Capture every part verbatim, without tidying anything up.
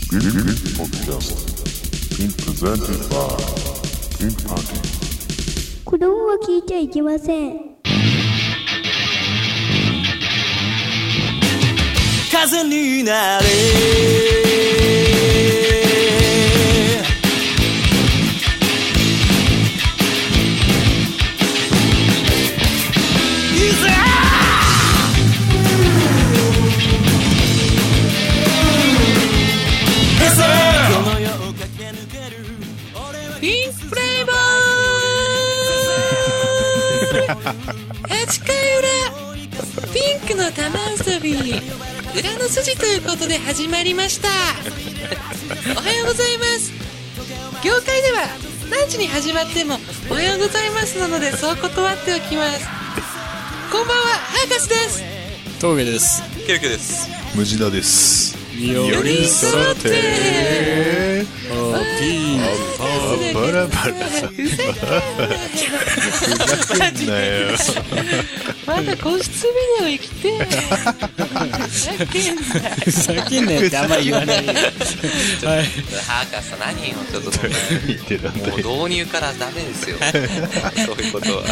子供は聞いちゃいけません。 風になれピンクフレーバーはちかい裏ピンクの玉遊び裏の筋ということで始まりました。おはようございます。業界では何時に始まってもおはようございますなのでそう断っておきます。こんばんは、博士です。 峠です。 ケルケです。 ムジナです。 より揃っておピンクバラバラふざけんなよ。 まだ個室ビデオ行きてふざけんなふざけんなよってあんまり言わない。はい。 博士さん何よちょっとそんなもう導入からダメですよ。そういうことは。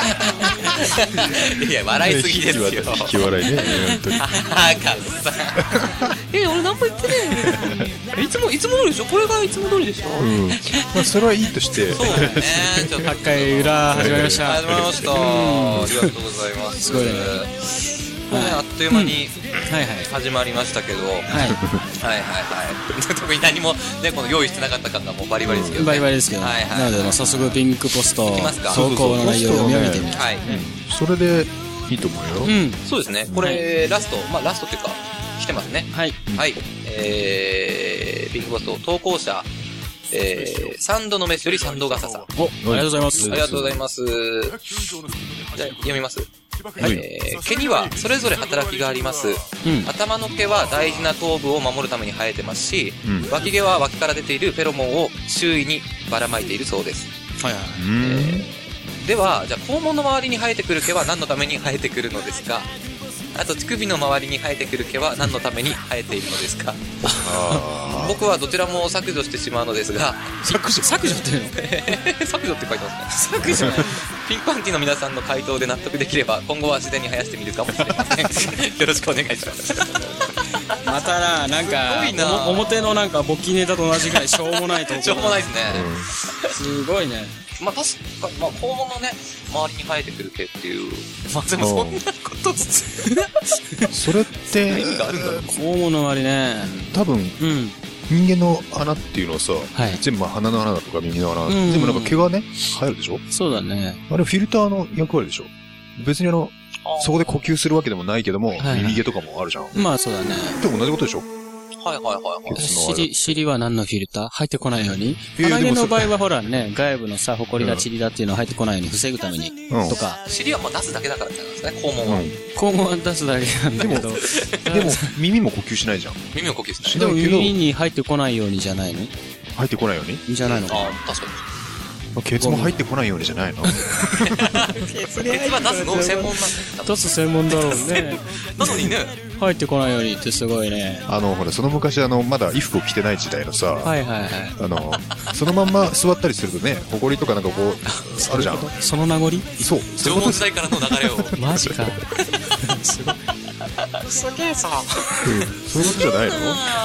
いや笑いすぎですよ。 引き笑いね。 博士さん。 え、俺何も言ってねえよ。いつもいつも通りでしょ。これがいつも通りでしょ。 うん。まあそれはいいとして。 そうだね。ちょっとはちかい裏始まりました。 始まりました。ありがとうございます。 すごいね。 もうねあっという間にはいはい始まりましたけど。はいはいはいはい特に何もねこの用意してなかった感がもうバリバリですけど。 バリバリですけど。 はいはい。 なので早速ピンクポスト投投稿の内容を読み上げてみる。 はい。 それでいいと思うよ。 うん。 そうですね。これラストまあラストっていうか来てますね。 はいはい。えーピンクポスト投稿者えー三度の飯より三度がささん。 お、ありがとうございます。 ありがとうございます。じゃあ読みます。はい、えー、毛にはそれぞれ働きがあります、うん、頭の毛は大事な頭部を守るために生えてますし、うん、脇毛は脇から出ているフェロモンを周囲にばらまいているそうです。はいはい。えー、ではじゃあ肛門の周りに生えてくる毛は何のために生えてくるのですか。あと乳首の周りに生えてくる毛は何のために生えているのですか。僕はどちらも削除してしまうのですが。 削除削除っていうの削除って書いてますね。 削除ピンクパンティの皆さんの回答で納得できれば今後は自然に生やしてみるかもしれません。よろしくお願いします。 またな、なんかな表のなんかボキネタと同じぐらいしょうもないとこしょうもないですね、 うん、すごいね。 まあ確かに、まあ、肛門のね周りに生えてくる毛っていう、まあでもそんなことそれって意味があるんだろう。 肛門の周りね、 多分、 うん、 人間の鼻っていうのはさ、はい、全部鼻の穴だとか耳の穴、うん、全部なんか毛がね生えるでしょ。そうだね。あれフィルターの役割でしょ。別にあのそこで呼吸するわけでもないけども、はいはい、耳毛とかもあるじゃん。 まあそうだね。 でも同じことでしょ。 はいはいはいはい。 尻、尻は何のフィルター？入ってこないように。鼻毛の場合はほらね、外部のさ、ホコリだチリだっていうのは入ってこないように防ぐために。うん、とか。 尻はまあ出すだけだからじゃないですかね、肛門は。うん、 肛門は出すだけなんだけど。 でも、耳も呼吸しないじゃん。 耳も呼吸しない。 でも耳に入ってこないようにじゃないの？ 入ってこないように？ じゃないのかな。 ああ、確かに。 ケツも入ってこないようにじゃないの？ケツは出すの専門なんだ。 出す専門だろうね。 なのにね。 入ってこないようにってすごいね。 あの、ほら、その昔あの、まだ衣服を着てない時代のさ、 はいはいはい。 あの、そのまんま座ったりするとね、ほこりとかなんかこう、あるじゃん。 その名残？ そう。縄文時代からの流れを。 マジか。 すごい。すげえさ。 そういうことじゃないの？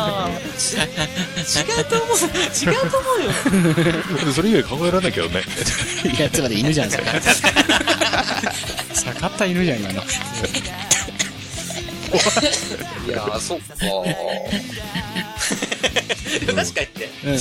違うと思う。違うと思うよ。それ以外考えられないけどね。 いや、つまり犬じゃん、それ。下がった犬じゃん、今の。 いやー、そっかー。確かにって。うん、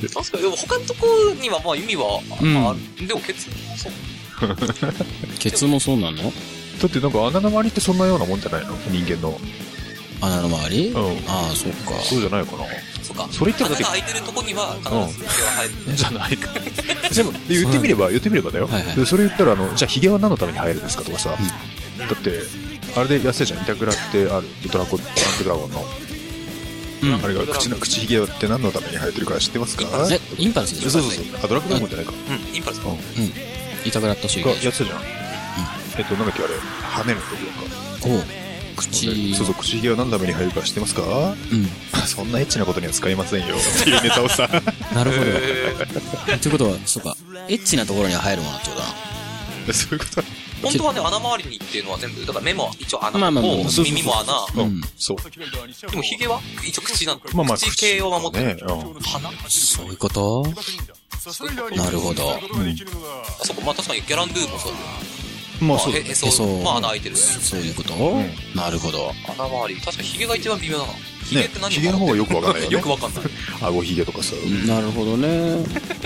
確かに、でも他のとこにはまあ意味は、うん、ある。でもケツもそう。 ケツもそうなの？ だってなんか穴の周りってそんなようなもんじゃないの？人間の。 穴の周り？ うん。 ああ、そっか。 そうじゃないかな。 そうか。 それ言ったらだって。 穴が開いてるとこには必ず毛は生える。 じゃないか。でも、言ってみれば、言ってみればだよ。はいはい、でそれ言ったら、あの、じゃあヒゲは何のために生えるんですかとかさ。うん、だって、あれでやってたじゃん。板倉ってある。ドラゴン、ドランクドラゴンの。うん、あれが口の口ひげって何のために生えてるか知ってますか？ え、インパルスでしょ？ そうそうそう。あ、ドラゴンドラゴンじゃないか。 うん、インパルス。 うん。板倉としがやってたじゃん。えっと、なんだっけあれ、跳ねるというか。 おう。 口。 そうそう、口ひげは何のために生えるか知ってますか？うん。そんなエッチなことには使いませんよ。っていうネタをさ。 なるほど。ということは、そうか、エッチなところには生えるものってことだな。 そういうこと本当はね、穴周りにっていうのは全部、だから目も一応穴と、 まあまあまあ耳も穴。 うん。そう。 でもヒゲは一応口なの。 まあまあ、 口系を守ってる。 ね、うん、 鼻そういうことなるほど。うん。あそこ、まあ確かにギャランドゥもそう。 まあそうだね。へそ、まあ穴開いてる。 そういうこと、うん、なるほど。 穴周り。確かにヒゲが一番微妙だな。ヒゲって何？ ヒゲの方がよくわかんないよね。 よくわかんない。 顎ヒゲとかさ。 なるほどね。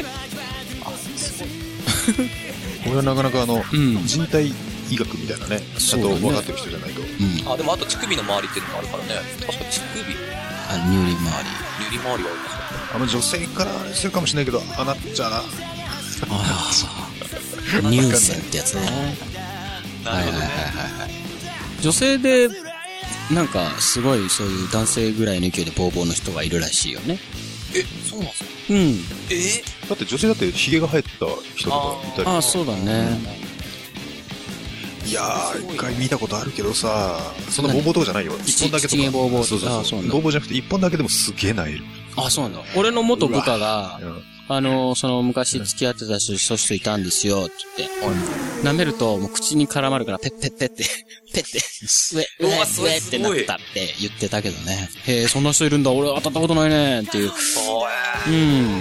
これはなかなかあの、人体医学みたいなね、ちゃんと分かってる人じゃないと。 あ、でもあと乳首の周りっていうのもあるからね。確かに乳首。 あ、乳輪周り。 乳輪周りはありますか？ あの女性からあれするかもしれないけど、穴っちゃな。 ああ、乳腺ってやつね。 なるほどね。 女性で、なんか、すごいそういう男性ぐらいの勢いでボーボーの人がいるらしいよね。 え、そうなんですか？ うん。えー、 だって女性だってヒゲが生えた人とかいたり。 ああ、そうだね。 いやー、一回見たことあるけどさ、そんなボーボーとかじゃないよ。一本だけとか。 チゲボーボー。 そうそうそう。ボーボーじゃなくて一本だけでもすげえなえる。 あ、そうなんだ。俺の元部下が、あの、その昔付き合ってた人、そういう人いたんですよ、って言って。舐めると、もう口に絡まるから、ペッペッペッって、ペッて、上、上、上ってなったって言ってたけどね。へえ、そんな人いるんだ、俺当たったことないね、っていう。うん。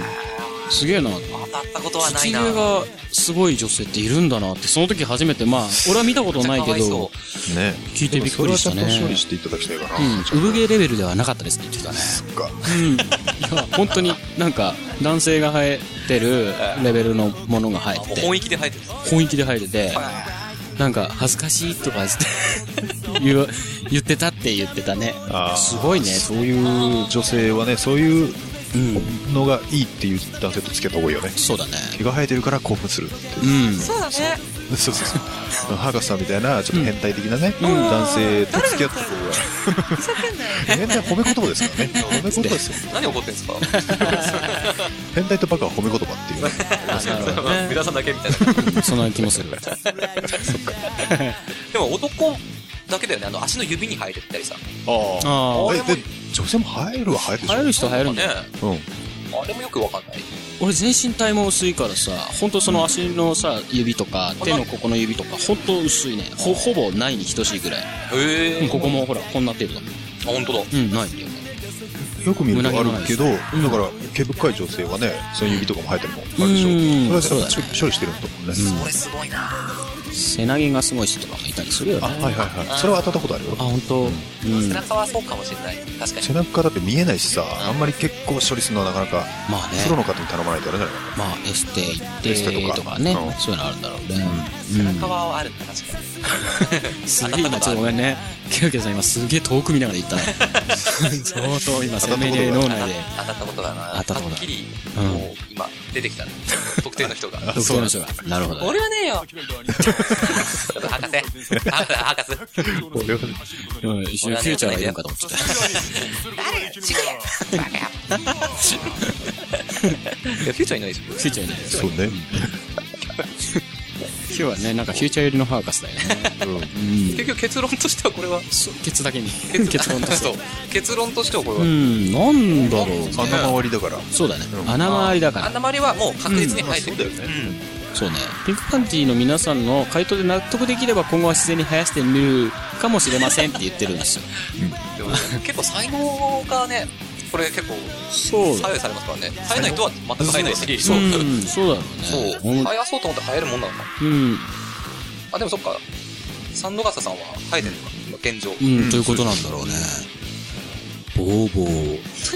すげえな。 当たったことはないな。 口毛がすごい女性っているんだなって、その時初めて、まあ、俺は見たことないけど、 ね、 聞いてびっくりしたね。 それはちゃんと処理していただきたいかな。 うん。産毛レベルではなかったですって言ってたね。 そっか。 うん。いや、本当になんか、男性が生えてるレベルのものが生えてて。 本域で生えてる。 本域で生えてて、なんか、恥ずかしいとか言言ってたって言ってたね。すごいね。 そういう女性はね、そういうのがいいっていう男性と付き合った方がいいよね。 そうだね。 毛が生えてるから興奮するって。 うん。そうだね。 そうそうそう。博士さんみたいなちょっと変態的なね、うん、男性と付き合った方が変態褒め言葉ですからね。褒め言葉ですよ。 何怒ってんすか？ 変態とバカは褒め言葉っていうね。 皆さんだけみたいな。 そんな気もする。 でも男だけだよね。あの足の指に生えてったりさ。 ああ。で女性も生えるは生えるでしょ。 生える人生えるんだよ。 うん。あれもよくわかんない。 俺全身体も薄いからさ、ほんとその足のさ、指とか、手のここの指とか、ほんと薄いね。ほ、ほぼないに等しいぐらい。 へぇー。ここもほら、こんな程度だもん。 あ、ほんとだ。 うん、ないんだよね。 よく見るとあるけど、だから毛深い女性はね、そういう指とかも生えてるもんあるでしょ。それは処理してるんだもんね。 それすごいな。 背投げがすごい人とかもいたりするよね。 あ、はいはいはい。それは当たったことあるよ。 あ、ほんと。 背中はそうかもしれない。確かに。 背中だって見えないしさ、あんまり結構処理するのはなかなか、 まあね。 プロの方に頼まないとあれじゃないかな。 まあ、エステ行ってとかね。そういうのあるんだろうね。 背中はあるんだ、確かに。 すげえ今、ちょっとごめんね。ケウケウさん今すげえ遠く見ながら言ったね。相当今、鮮明に脳内で。 当たったことだな。 当たったことだ。 はっきり、もう今、出てきたね。特定の人が。 特定の人が。なるほど。 俺はねえよ。博士。博士。 俺はね。 うん、一緒にフューチャーがいるのかと思ってた。 誰違う。バカ。いや、フューチャーいないですよ。 フューチャーいない。 そうね。 今日はね、なんかフューチャー寄りのハーカスだよね。 結局結論としてはこれは、 ケツだけに。結論としては。 結論としてはこれは。 うん、なんだろう。 穴周りだから。 そうだね。穴周りだから。 穴周りはもう確実に生えてる。 そうだよね。 そうね。ピンクパンティの皆さんの回答で納得できれば今後は自然に生やしてみるかもしれませんって言ってるんですよ。 でも結構才能がね、これ結構左右されますからね。生えない人は全く生えないし。 そう。そうだろうね。 そう。生やそうと思って生えるもんなのか。 うん。 あ、でもそっか。サンドガサさんは生えてるのか、今現状。 うん、ということなんだろうね。ボーボー。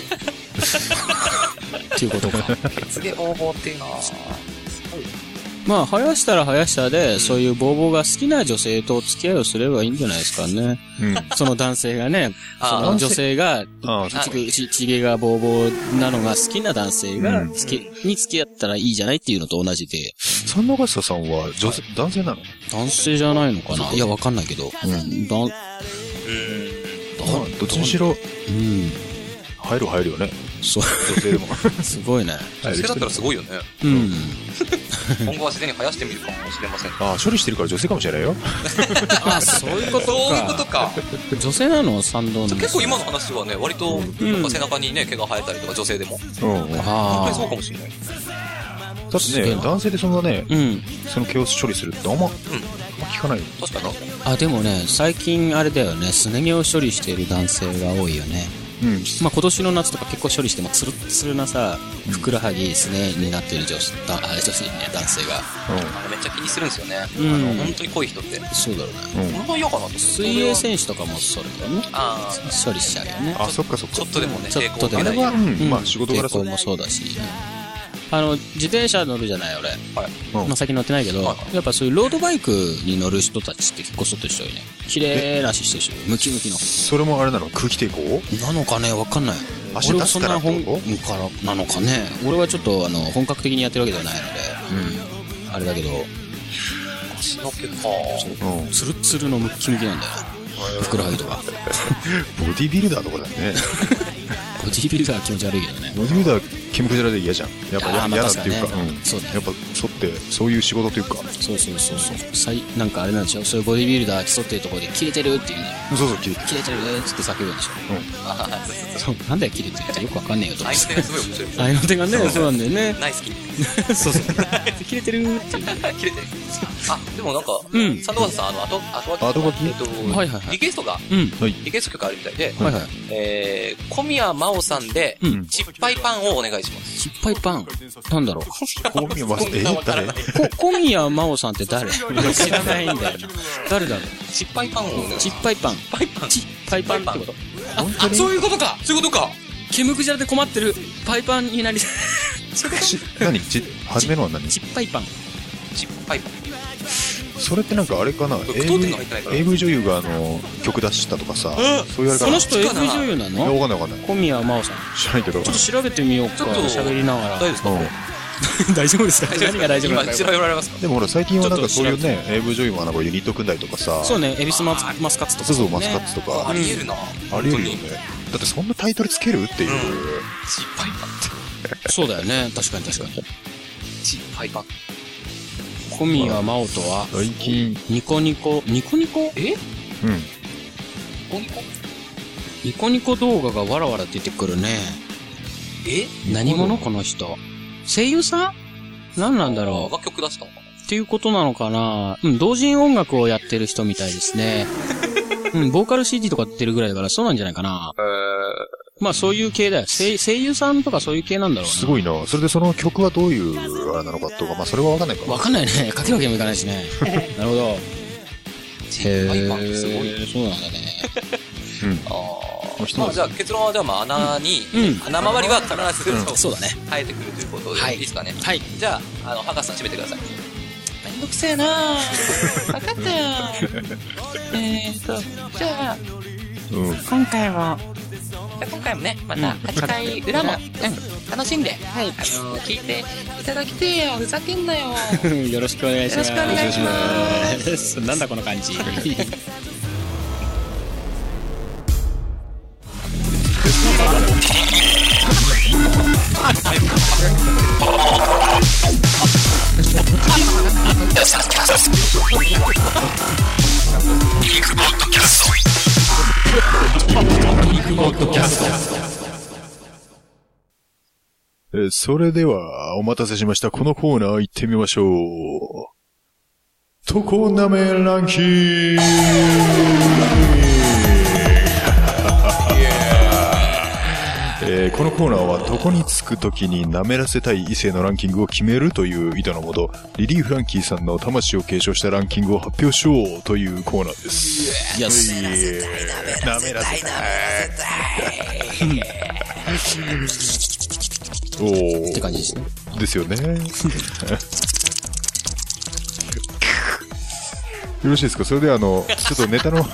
っていうことか。 ケツでボーボーっていうのは。 まあ、生やしたら生やしたで、うん、そういうボーボーが好きな女性と付き合いをすればいいんじゃないですかね。うん、その男性がね、その女性が、ち、ちげがボーボーなのが好きな男性が、うん、つけ、に付き合ったらいいじゃないっていうのと同じで。 サンドガッサさんは女性、男性なの？ 男性じゃないのかな？いや、わかんないけど。うん。だ、うん。 どっちにしろ、うん。入る入るよね。 そう。 女性でも。 すごいね。 女性だったらすごいよね。 うん。 今後は自然に生やしてみるかもしれません。 ああ、処理してるから女性かもしれないよ。 あ、そういうことか。 そういうことか。 女性なの三度の。 結構今の話はね、割と、なんか背中にね、毛が生えたりとか、女性でも。 うん。 本当にそうかもしれない。 だってね、男性でそんなね、 うん、その毛を処理するってあんま、うん、あんま聞かないよ。 確かに。 あ、でもね、最近あれだよね、すね毛を処理している男性が多いよね。うん。まあ今年の夏とか結構処理してもツルッツルなさ、ふくらはぎすねになってる女子、だ女子ね、男性が。 うん。あれめっちゃ気にするんですよね。うん。あの、本当に濃い人って。 そうだろうね。 うん。俺は嫌かなと。 水泳選手とかもそれだね。 ああ。 処理しちゃうよね。 あ、そっかそっか。 ちょっとでもね、 ちょっとでもね。 あれは、うん、まあ仕事柄そう。抵抗もそうだし。あの、自転車乗るじゃない俺。はい。まあ最近乗ってないけど、はい、やっぱそういうロードバイクに乗る人たちって結構外人多いね。綺麗な足してるし、ムキムキの。 それもあれなの？空気抵抗なのかね、わかんない。 足出すからってこと？ からなのかね。俺はちょっとあの、本格的にやってるわけではないので、うん。あれだけど、 足の毛か。 そう。ツルツルのムッキムキなんだよ。ふくらはぎとか。 ボディビルダーとかだね。 ボディビルダーは気持ち悪いけどね。 ボディビルダー、ケムクジャラで嫌じゃん。やっぱ嫌だっていうか、うん。 そうね。 やっぱ、そって、そういう仕事というか。 そうそうそうそう。最、なんかあれなんでしょ、そういうボディビルダー競ってるところで、キレてるっていうね。 そうそう、キレてる。 キレてるって言って叫ぶんでしょ。うん。ああ、そう。なんだよ、キレてるってよくわかんねえよと思って。 相手がすごい面白い。 相手がね、そうなんだよね。 ナイスキそうそう。キレてるっていう。 キレてる。あ、でもなんか、うん。サンドバーさん、あの、後、後、 後書きえっと、はいはい。リクエストが、うん。リクエスト曲あるみたいで、はいはい。えー、小宮真央さんで、うん。チッパイパンをお願いします。 チッパイパンなんだろう。 小宮真央さん、え、誰？ 小宮真央さんって誰？知らないんだよな。誰だろう。 チッパイパンをお願いします。 チッパイパン。パイパン。チッパイパンってこと？ あ、そういうことかそういうことかケムクジャラで困ってるパイパンになりち何ち初めのは何チッパイパンチッパイパンそれってなんかあれかな エーブイ 女優があの曲出したとかさそういうあれかなその人 エーブイ 女優なの？ いやわかんないわかんない小宮真央さん知らないけどちょっと調べてみようかちょっと喋りながら大丈夫ですか大丈夫ですか何が大丈夫今調べられますかでもほら最近はなんかそういうね エーブイ 女優もなんかユニット組んだりとかさそうねエビスマスカッツとかそうそうマスカッツとかありえるなありえるよねだってそんなタイトルつけるっていうチッパイパンってそうだよね確かに確かにチッパイパン小宮真央とは最近ニコニコニコニコえうんニコニコニコニコ動画がわらわら出てくるねえ何者この人声優さん何なんだろうが曲出したのかなっていうことなのかなうん、同人音楽をやってる人みたいですね。うん、ボーカル シーディー とか出てるぐらいだからそうなんじゃないかな。 へー。 まあそういう系だよ。声、声優さんとかそういう系なんだろうな。 すごいな。それでその曲はどういうあれなのかとか、まあそれはわかんないかわかんないね。かけるわけにもいかないしね。なるほど。 チッパイパンってすごい。 そうなんだね。 うん。 あまあじゃあ結論はじゃあまあ穴に、うん、穴周りは必ず、うん、 そうだね。 生えてくるということで、はい、いいですかね。 はい。 じゃあ、あの、博士さん閉めてください。 めんどくせえなぁ。わかったよ。えーと、じゃあ、うん、今回も、今回もね、またはちかい裏も、うん、楽しんで、はい、あのー、聞いていただきてえよ。ふざけんなよ。 よろしくお願いします。 よろしくお願いします。 なんだこの感じ。 えそれではお待たせしましたこのコーナー行ってみましょう。とこなめランキングえー、このコーナーは床につくときに舐めらせたい異性のランキングを決めるという意図のもとリリー・フランキーさんの魂を継承したランキングを発表しようというコーナーです。 いや、 舐めらせたい舐めらせたい舐めらせたいおーって感じですね。 ですよね。よろしいですか。それではあのちょっとネタの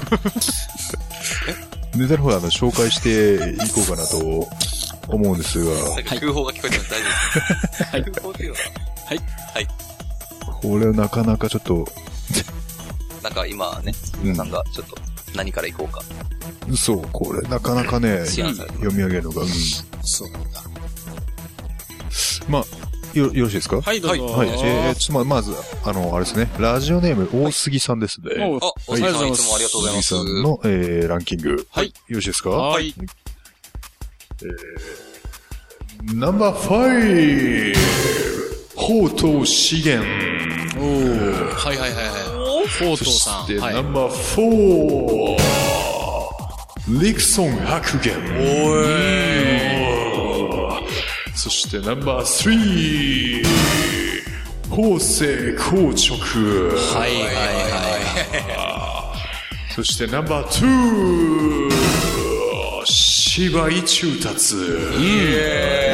ネタの方はあの紹介していこうかなと思うんですが、 はい、空砲が聞こえてます。大丈夫ですか。はい、空砲っていうのははいはい。 これはなかなかちょっとなんか今ね、皆さんがちょっと何からいこうか。 そうこれなかなかね読み上げるのが、うん、 そうなんだ。 まあ、よ、よろしいですか？ はい、どうぞ。 はい。えー、ちょっとま、まず、あの、あれですね。ラジオネーム、大杉さんですね。 あ、大杉さんいつもありがとうございます。 大杉さんの、えー、ランキング。はい。よろしいですか？ はい。 えー、ナンバーファイブ、宝刀資源。 おー。はいはいはいはい。宝刀さん。 そして、ナンバーフォー、リクソン白源。おー。そしてナンバースリー、法政硬直。 はいはいはい。 そしてナンバーツー、芝居中達。うん。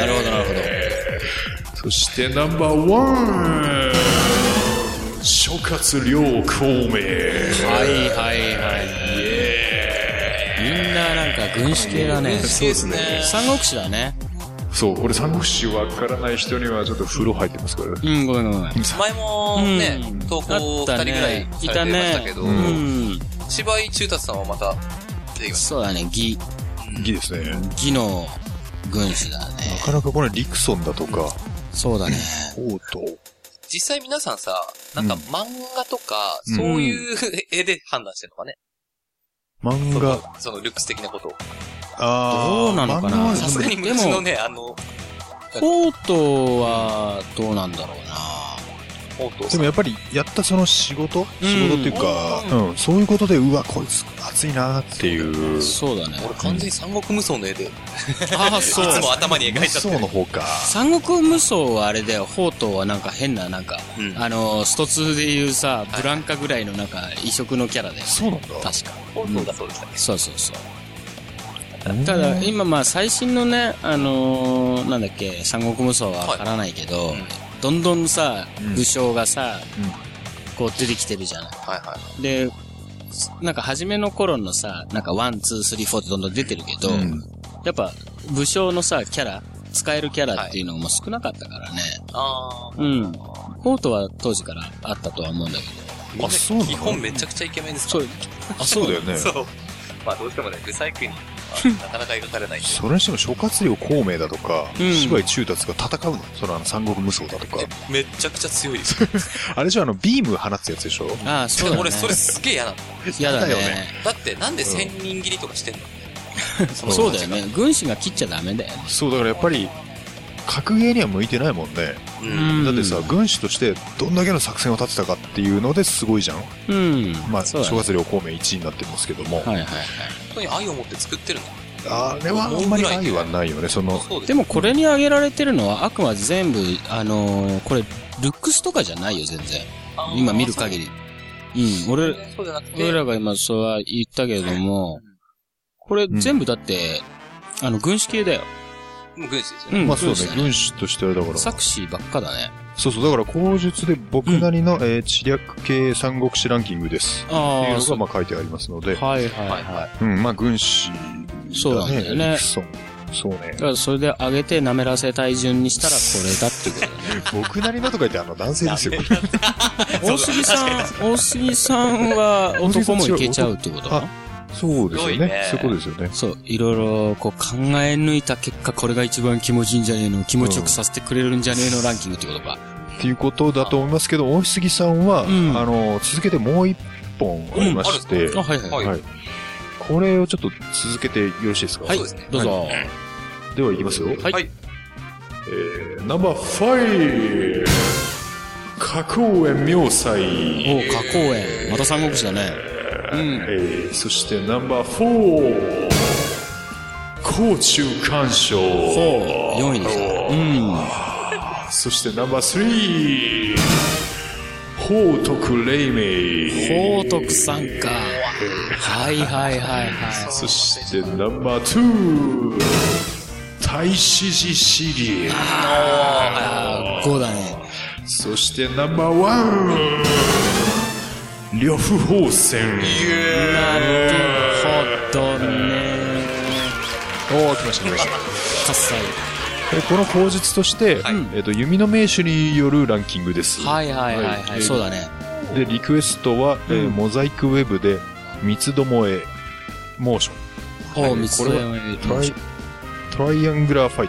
なるほどなるほど。 そしてナンバーワン、諸葛亮孔明。 はいはいはい。みんななんか軍師系だね。 そうですね。 三国志だね。 そう、俺三国志わからない人にはちょっと風呂入ってますから。 うん、ごめんごめん。 前もね、投稿二人ぐらいされてましたけど、芝居中達さんはまた出てきました。 そうだね、義。 義ですね。 義の軍師だね。 なかなかこれリクソンだとか。 そうだね。 宝刀。 実際皆さんさ、なんか漫画とか、そういう絵で判断してるのかね。 漫画。 そのルックス的なことを。 ああ。 どうなのかな。 さすがに昔のね、あの、 宝刀はどうなんだろうな。 宝刀。 でもやっぱりやったその仕事、仕事っていうか、うん、そういうことで、うわ、こいつ熱いなっていう。 そうだね。 俺完全に三国無双の絵で。 ああ、そう。 いつも頭に描いちゃって。 無双の方か。 三国無双はあれだよ、宝刀はなんか変な、なんか、あの、ストツーでいうさ、ブランカぐらいのなんか異色のキャラで。 そうなんだ。 確か。 宝刀だそうでしたね。 そうそうそう。ただ、今まあ最新のね、あのー、なんだっけ、三国無双はわからないけど、はい、どんどんさ、武将がさ、うん、こう出てきてるじゃない。はいはい。で、なんか初めの頃のさ、なんかワン、ツー、スリー、フォーってどんどん出てるけど、うん、やっぱ武将のさ、キャラ、使えるキャラっていうのも少なかったからね。ああ。うん。コートは当時からあったとは思うんだけど。 あ、そうなの？基本めちゃくちゃイケメンですか？ そう。あ、そうだよね。 そう。まあどうしてもね、ブサイクに。なかなか描かれない。 それにしても諸葛亮孔明だとか、うん、芝居中達が戦うの？そのあの三国無双だとか。 めちゃくちゃ強いです。 あれじゃあのビーム放つやつでしょ？ ああ、そうだね。 俺それすげえ嫌なの。 嫌だよね。 だってなんで千人斬りとかしてんの？ うん、そうだよね。軍師が切っちゃダメだよね。 そうだからやっぱり格ゲーには向いてないもんね。うん、だってさ、軍師としてどんだけの作戦を立てたかっていうのですごいじゃん。うん。まあ、諸葛亮孔明いちいになってるんですけども。はいはいはい。 本当に愛を持って作ってるの？ あれはあんまり愛はないよね、その。 でもこれに挙げられてるのはあくまで全部、あのー、これ、ルックスとかじゃないよ、全然。今見る限り。うん、俺、俺らが今そうは言ったけれども、これ全部だって、うん、あの、軍師系だよ。 軍師ですよね。 うん、まあそうね、軍師としてはだから。 作詞ばっかだね。 そうそう、だから口述で僕なりの、うん、えー、知略系三国志ランキングです。ああ。っていうのがまあ書いてありますので。 はいはいはい。 うん、まあ軍師、ね。 そうなんだよね。 そう。そうね。 だからそれで上げて舐めらせたい順にしたらこれだっていうことだね。 僕なりのとか言ってあの男性ですよ。 大杉さん、大杉さんは男もいけちゃうってことかな？ そうですよね。ねそういうことですよね。 そう、いろいろこう考え抜いた結果、これが一番気持ちいいんじゃねえの、気持ちよくさせてくれるんじゃねえのランキングってことか。 っていうことだと思いますけど、大杉さんは、うん、あの、続けてもう一本ありまして、うん、あ、はいはい、はい。これをちょっと続けてよろしいですか？ はい、どうぞ。 はい、では、いきますよ。 はい。 えー、ナンバーファイブ、花公園明細。 お、花公園。また三国志だね。 うん、えー、そしてナンバーフォー、甲中干渉。 ほう、よんいでした。うん。 そしてナンバースリー、宝徳黎明。 宝徳さんか。はいはいはいはい。 そしてナンバーツー、太子寺シリー。 ああ、ごだね。 そしてナンバーワン、呂布宝戦。なるほどね。 おー、来ました来ました。 喝采。 この口述として、はい、えっと、弓の名手によるランキングです。 はいはいはい、はい、はい、そうだね。 で、リクエストは、うん、えー、モザイクウェブで、三つどもえ、モーション。 おー、三つどもえ、 トライ、トライアングラーファイトかな。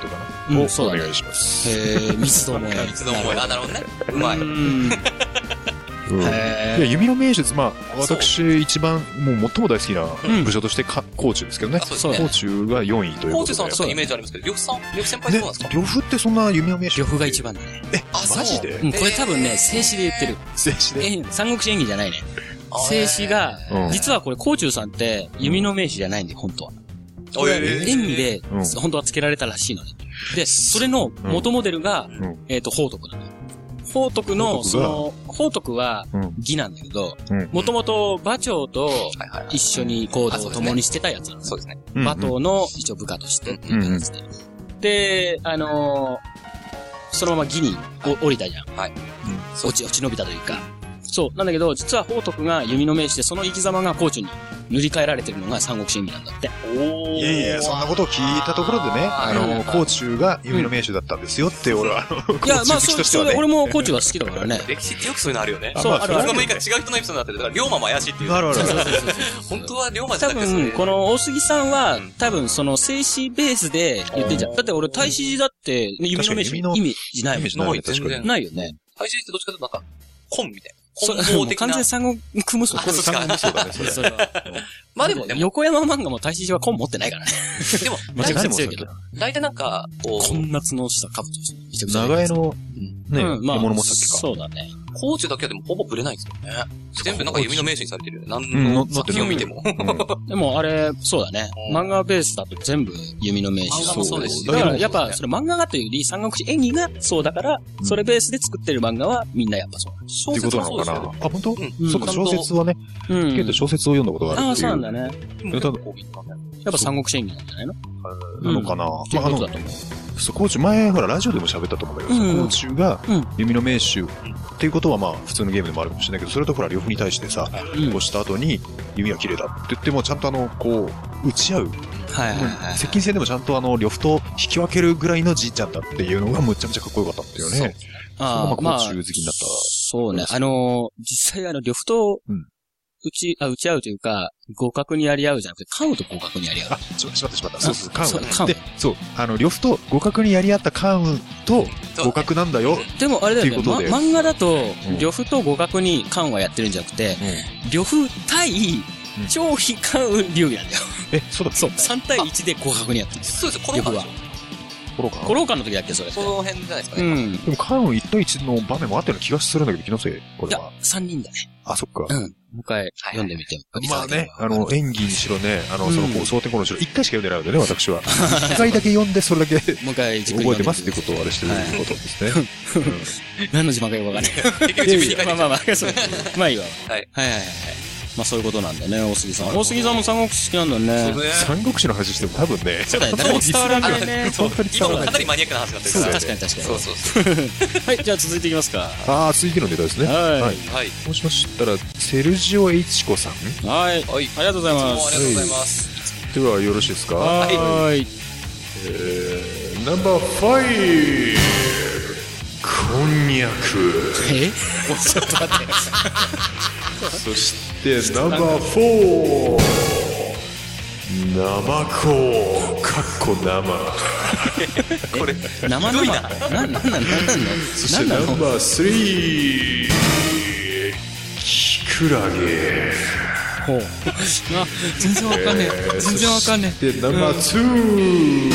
をお願いします。 へぇ、三つどもえ。 三つどもえ。あ、なるほどね。うまい。うん。 へ弓の名手、まあ、私一番、もう最も大好きな武将として、甲冑ですけどね。甲冑がよんいということで。 甲冑さんとかイメージありますけど、呂布さん、呂布先輩そうなんですか？ 呂布ってそんな弓の名手？ 呂布が一番だね。 え、マジで？ うん、これ多分ね、静止で言ってる。 静止で？ え、三国志演義じゃないね。静止が、実はこれ甲冑さんって弓の名手じゃないんで、本当は。演技で、本当はつけられたらしいのね。で、それの元モデルが、えっと、宝徳なの。宝徳の、その、宝徳は義なんだけど、もともと馬長と一緒に行動を共にしてたやつなんです。 そうですね。 馬頭の一応部下としてっていう形で。で、あのー、そのまま義に降りたじゃん。はい。落ち、落ち延びたというか。そう。なんだけど、実は宝徳が弓の名手で、その生き様が甲冑に塗り替えられてるのが三国志演義なんだって。 おー。いやいや、そんなことを聞いたところでね、あの、甲冑が弓の名手だったんですよって、俺は、あの、 いや、まあ、それ、俺も甲冑は好きだからね。 歴史ってよくそういうのあるよね。 そう、あるある。 それもいいから違う人のエピソードになってる。だから、龍馬も怪しいっていう。 あるある。 本当は龍馬じゃなくて。 多分、この大杉さんは、多分、その、静止ベースで言ってんじゃん。だって俺、太子寺だって、弓の名手イメージないもん。ないよね。 太子寺ってどっちかというと、なんか、本みたいな。 そう、完全三国無双。 そう三国無双だね、それ。 まあでもね。 横山漫画も太子寺はコン持ってないからね。 でも、 めちゃくちゃ強いけど。 大体なんか、 こう。こんな角した兜してめちゃくちゃ。 長江の、ね、獣もさっきか。 そうだね。 甲冑だけはでもほぼブレないんですよね。全部なんか弓の名手にされてるよね。何の作品を見ても。 でもあれ、そうだね。漫画ベースだと全部弓の名手。 そうです。 だからやっぱ、それ漫画がというより三国志演技がそうだから、それベースで作ってる漫画はみんなやっぱそう。 小説はそうですよね。 あ、本当？そっか、小説はね。結構小説を読んだことがある。 ああ、そうなんだね。やっぱ三国志演技なんじゃないの？ なのかな。 まあ、あの、 そう、甲冑、前、ほら、ラジオでも喋ったと思うんだけど、甲冑が弓の名手っていうことは、まあ、普通のゲームでもあるかもしれないけど、それとほら、呂布に対してさ、押した後に、弓は綺麗だって言っても、ちゃんとあの、こう、打ち合う。 はいはいはい。 接近戦でもちゃんとあの、呂布と引き分けるぐらいのじいちゃんだっていうのがむちゃむちゃかっこよかったっていうね。ああ、まあ、甲冑好きになった。 そうね。あの、実際あの、呂布と、打ち、あ、打ち合うというか、互角にやり合うじゃなくて、関羽と互角にやり合う。 あ、しまったしまった。そうそう、関羽。で、そう、あの、呂布と互角にやり合った関羽と互角なんだよ。 でもあれだよね、ま、漫画だと、呂布と互角に関羽やってるんじゃなくて、呂布対、張飛関羽劉備なんだよ。 え、そうだそう、さん対いちで互角にやってるんですよ。そうですよ、呂布は。 コロカンコロカンの時だっけそれ。 その辺じゃないですかね。 うん。 でも関羽いち対いちの場面もあったような気がするんだけど、気のせいこれは。 いや、さんにんだね。 あ、そっか。 うん。もう一回読んでみて。 まあね、あの、演技にしろね、あの、その、争点後のしろ、一回しか読んでないのでね、私は。一回だけ読んで、それだけ、もう一回覚えてますってことをあれしてることですね。 何の字幕かよくわかんない。まあまあまあ、まあいいわ。はい。はいはいはい。まあそういうことなんだよね、大杉さん。大杉さんも三国志好きなんだね。 三国志の話しても多分ね。 そうだよね。誰も伝わらないね。 今もかなりマニアックな話になってるから。 確かに確かに。 そうそうそう。 はい、じゃあ続いていきますか。 ああ、続いてのネタですね。はい。はい。そうしましたら、セルジオ・エイチコさん。 はい。ありがとうございます。 ありがとうございます。 では、よろしいですか？ はい。 えー、ナンバーファイブ。こんにゃく。 え？ちょっと待って。 そしてナンバーフォー、ナマコかっこ生。 これ生生な、なんなんなんなんの？ そしてナンバースリー、キクラゲ。 ほう。あ、全然わかんねえ。全然わかんねえ。でナンバーツー、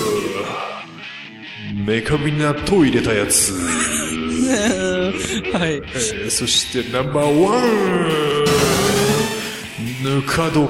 メカビ納豆入れたやつ。 はい、えー、そしてナンバーワン、ぬか床。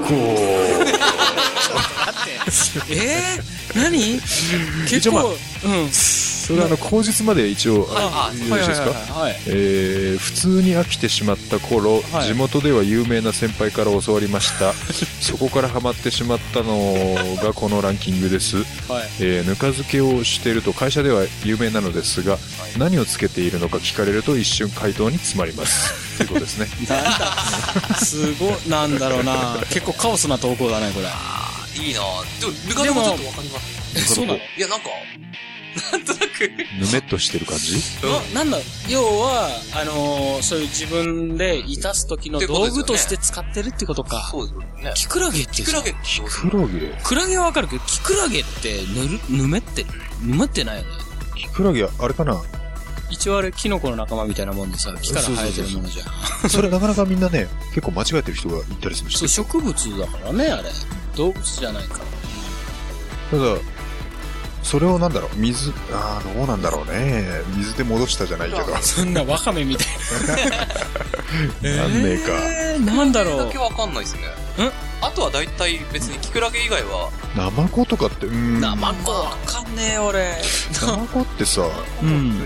えー、何？結構、うん。 それはあの口述まで一応よろしいですか？普通に飽きてしまった頃、はい、地元では有名な先輩から教わりました。そこからハマってしまったのがこのランキングです。はい、えー、ぬか漬けをしていると会社では有名なのですが、はい、何をつけているのか聞かれると一瞬回答に詰まります。ということですね。 なんだ。すごいなんだろうな。結構カオスな投稿だねこれ。 いいな。でもぬか床ちょっとわかります。 え、そうなの？いやなんか。 なんとなく。 ぬめっとしてる感じ？ な、なんだ、要は、あのー、そういう自分でいたす時の道具として使ってるってことか。 そうですね。 キクラゲってキクラゲってキクラゲクラゲはわかるけど、キクラゲってぬる、ぬめってるぬめってないよね。 キクラゲ、あれかな一応あれ、キノコの仲間みたいなもんでさ、木から生えてるものじゃん。 そうそうそうそれなかなかみんなね、結構間違えてる人がいたりするし。 そう、植物だからね、あれ。動物じゃないから。 ただ、それをなんだろう、水、ああ、どうなんだろうね。水で戻したじゃないけど。 そんなワカメみたいな。 なんねえか。 えー、なんだろう。 だけわかんないですね。んあとは大体別にキクラゲ以外は。 ナマコとかって、うーん。 ナマコわかんねえ、俺。 ナマコってさ、 うん、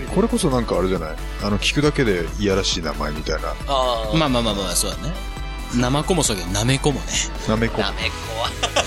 これこそなんかあれじゃないあの、聞くだけでいやらしい名前みたいな。 あまあまあまあまあ、そうだね。ナマコもそうだけど、ナメコもね。 ナメコ。 ナメコは。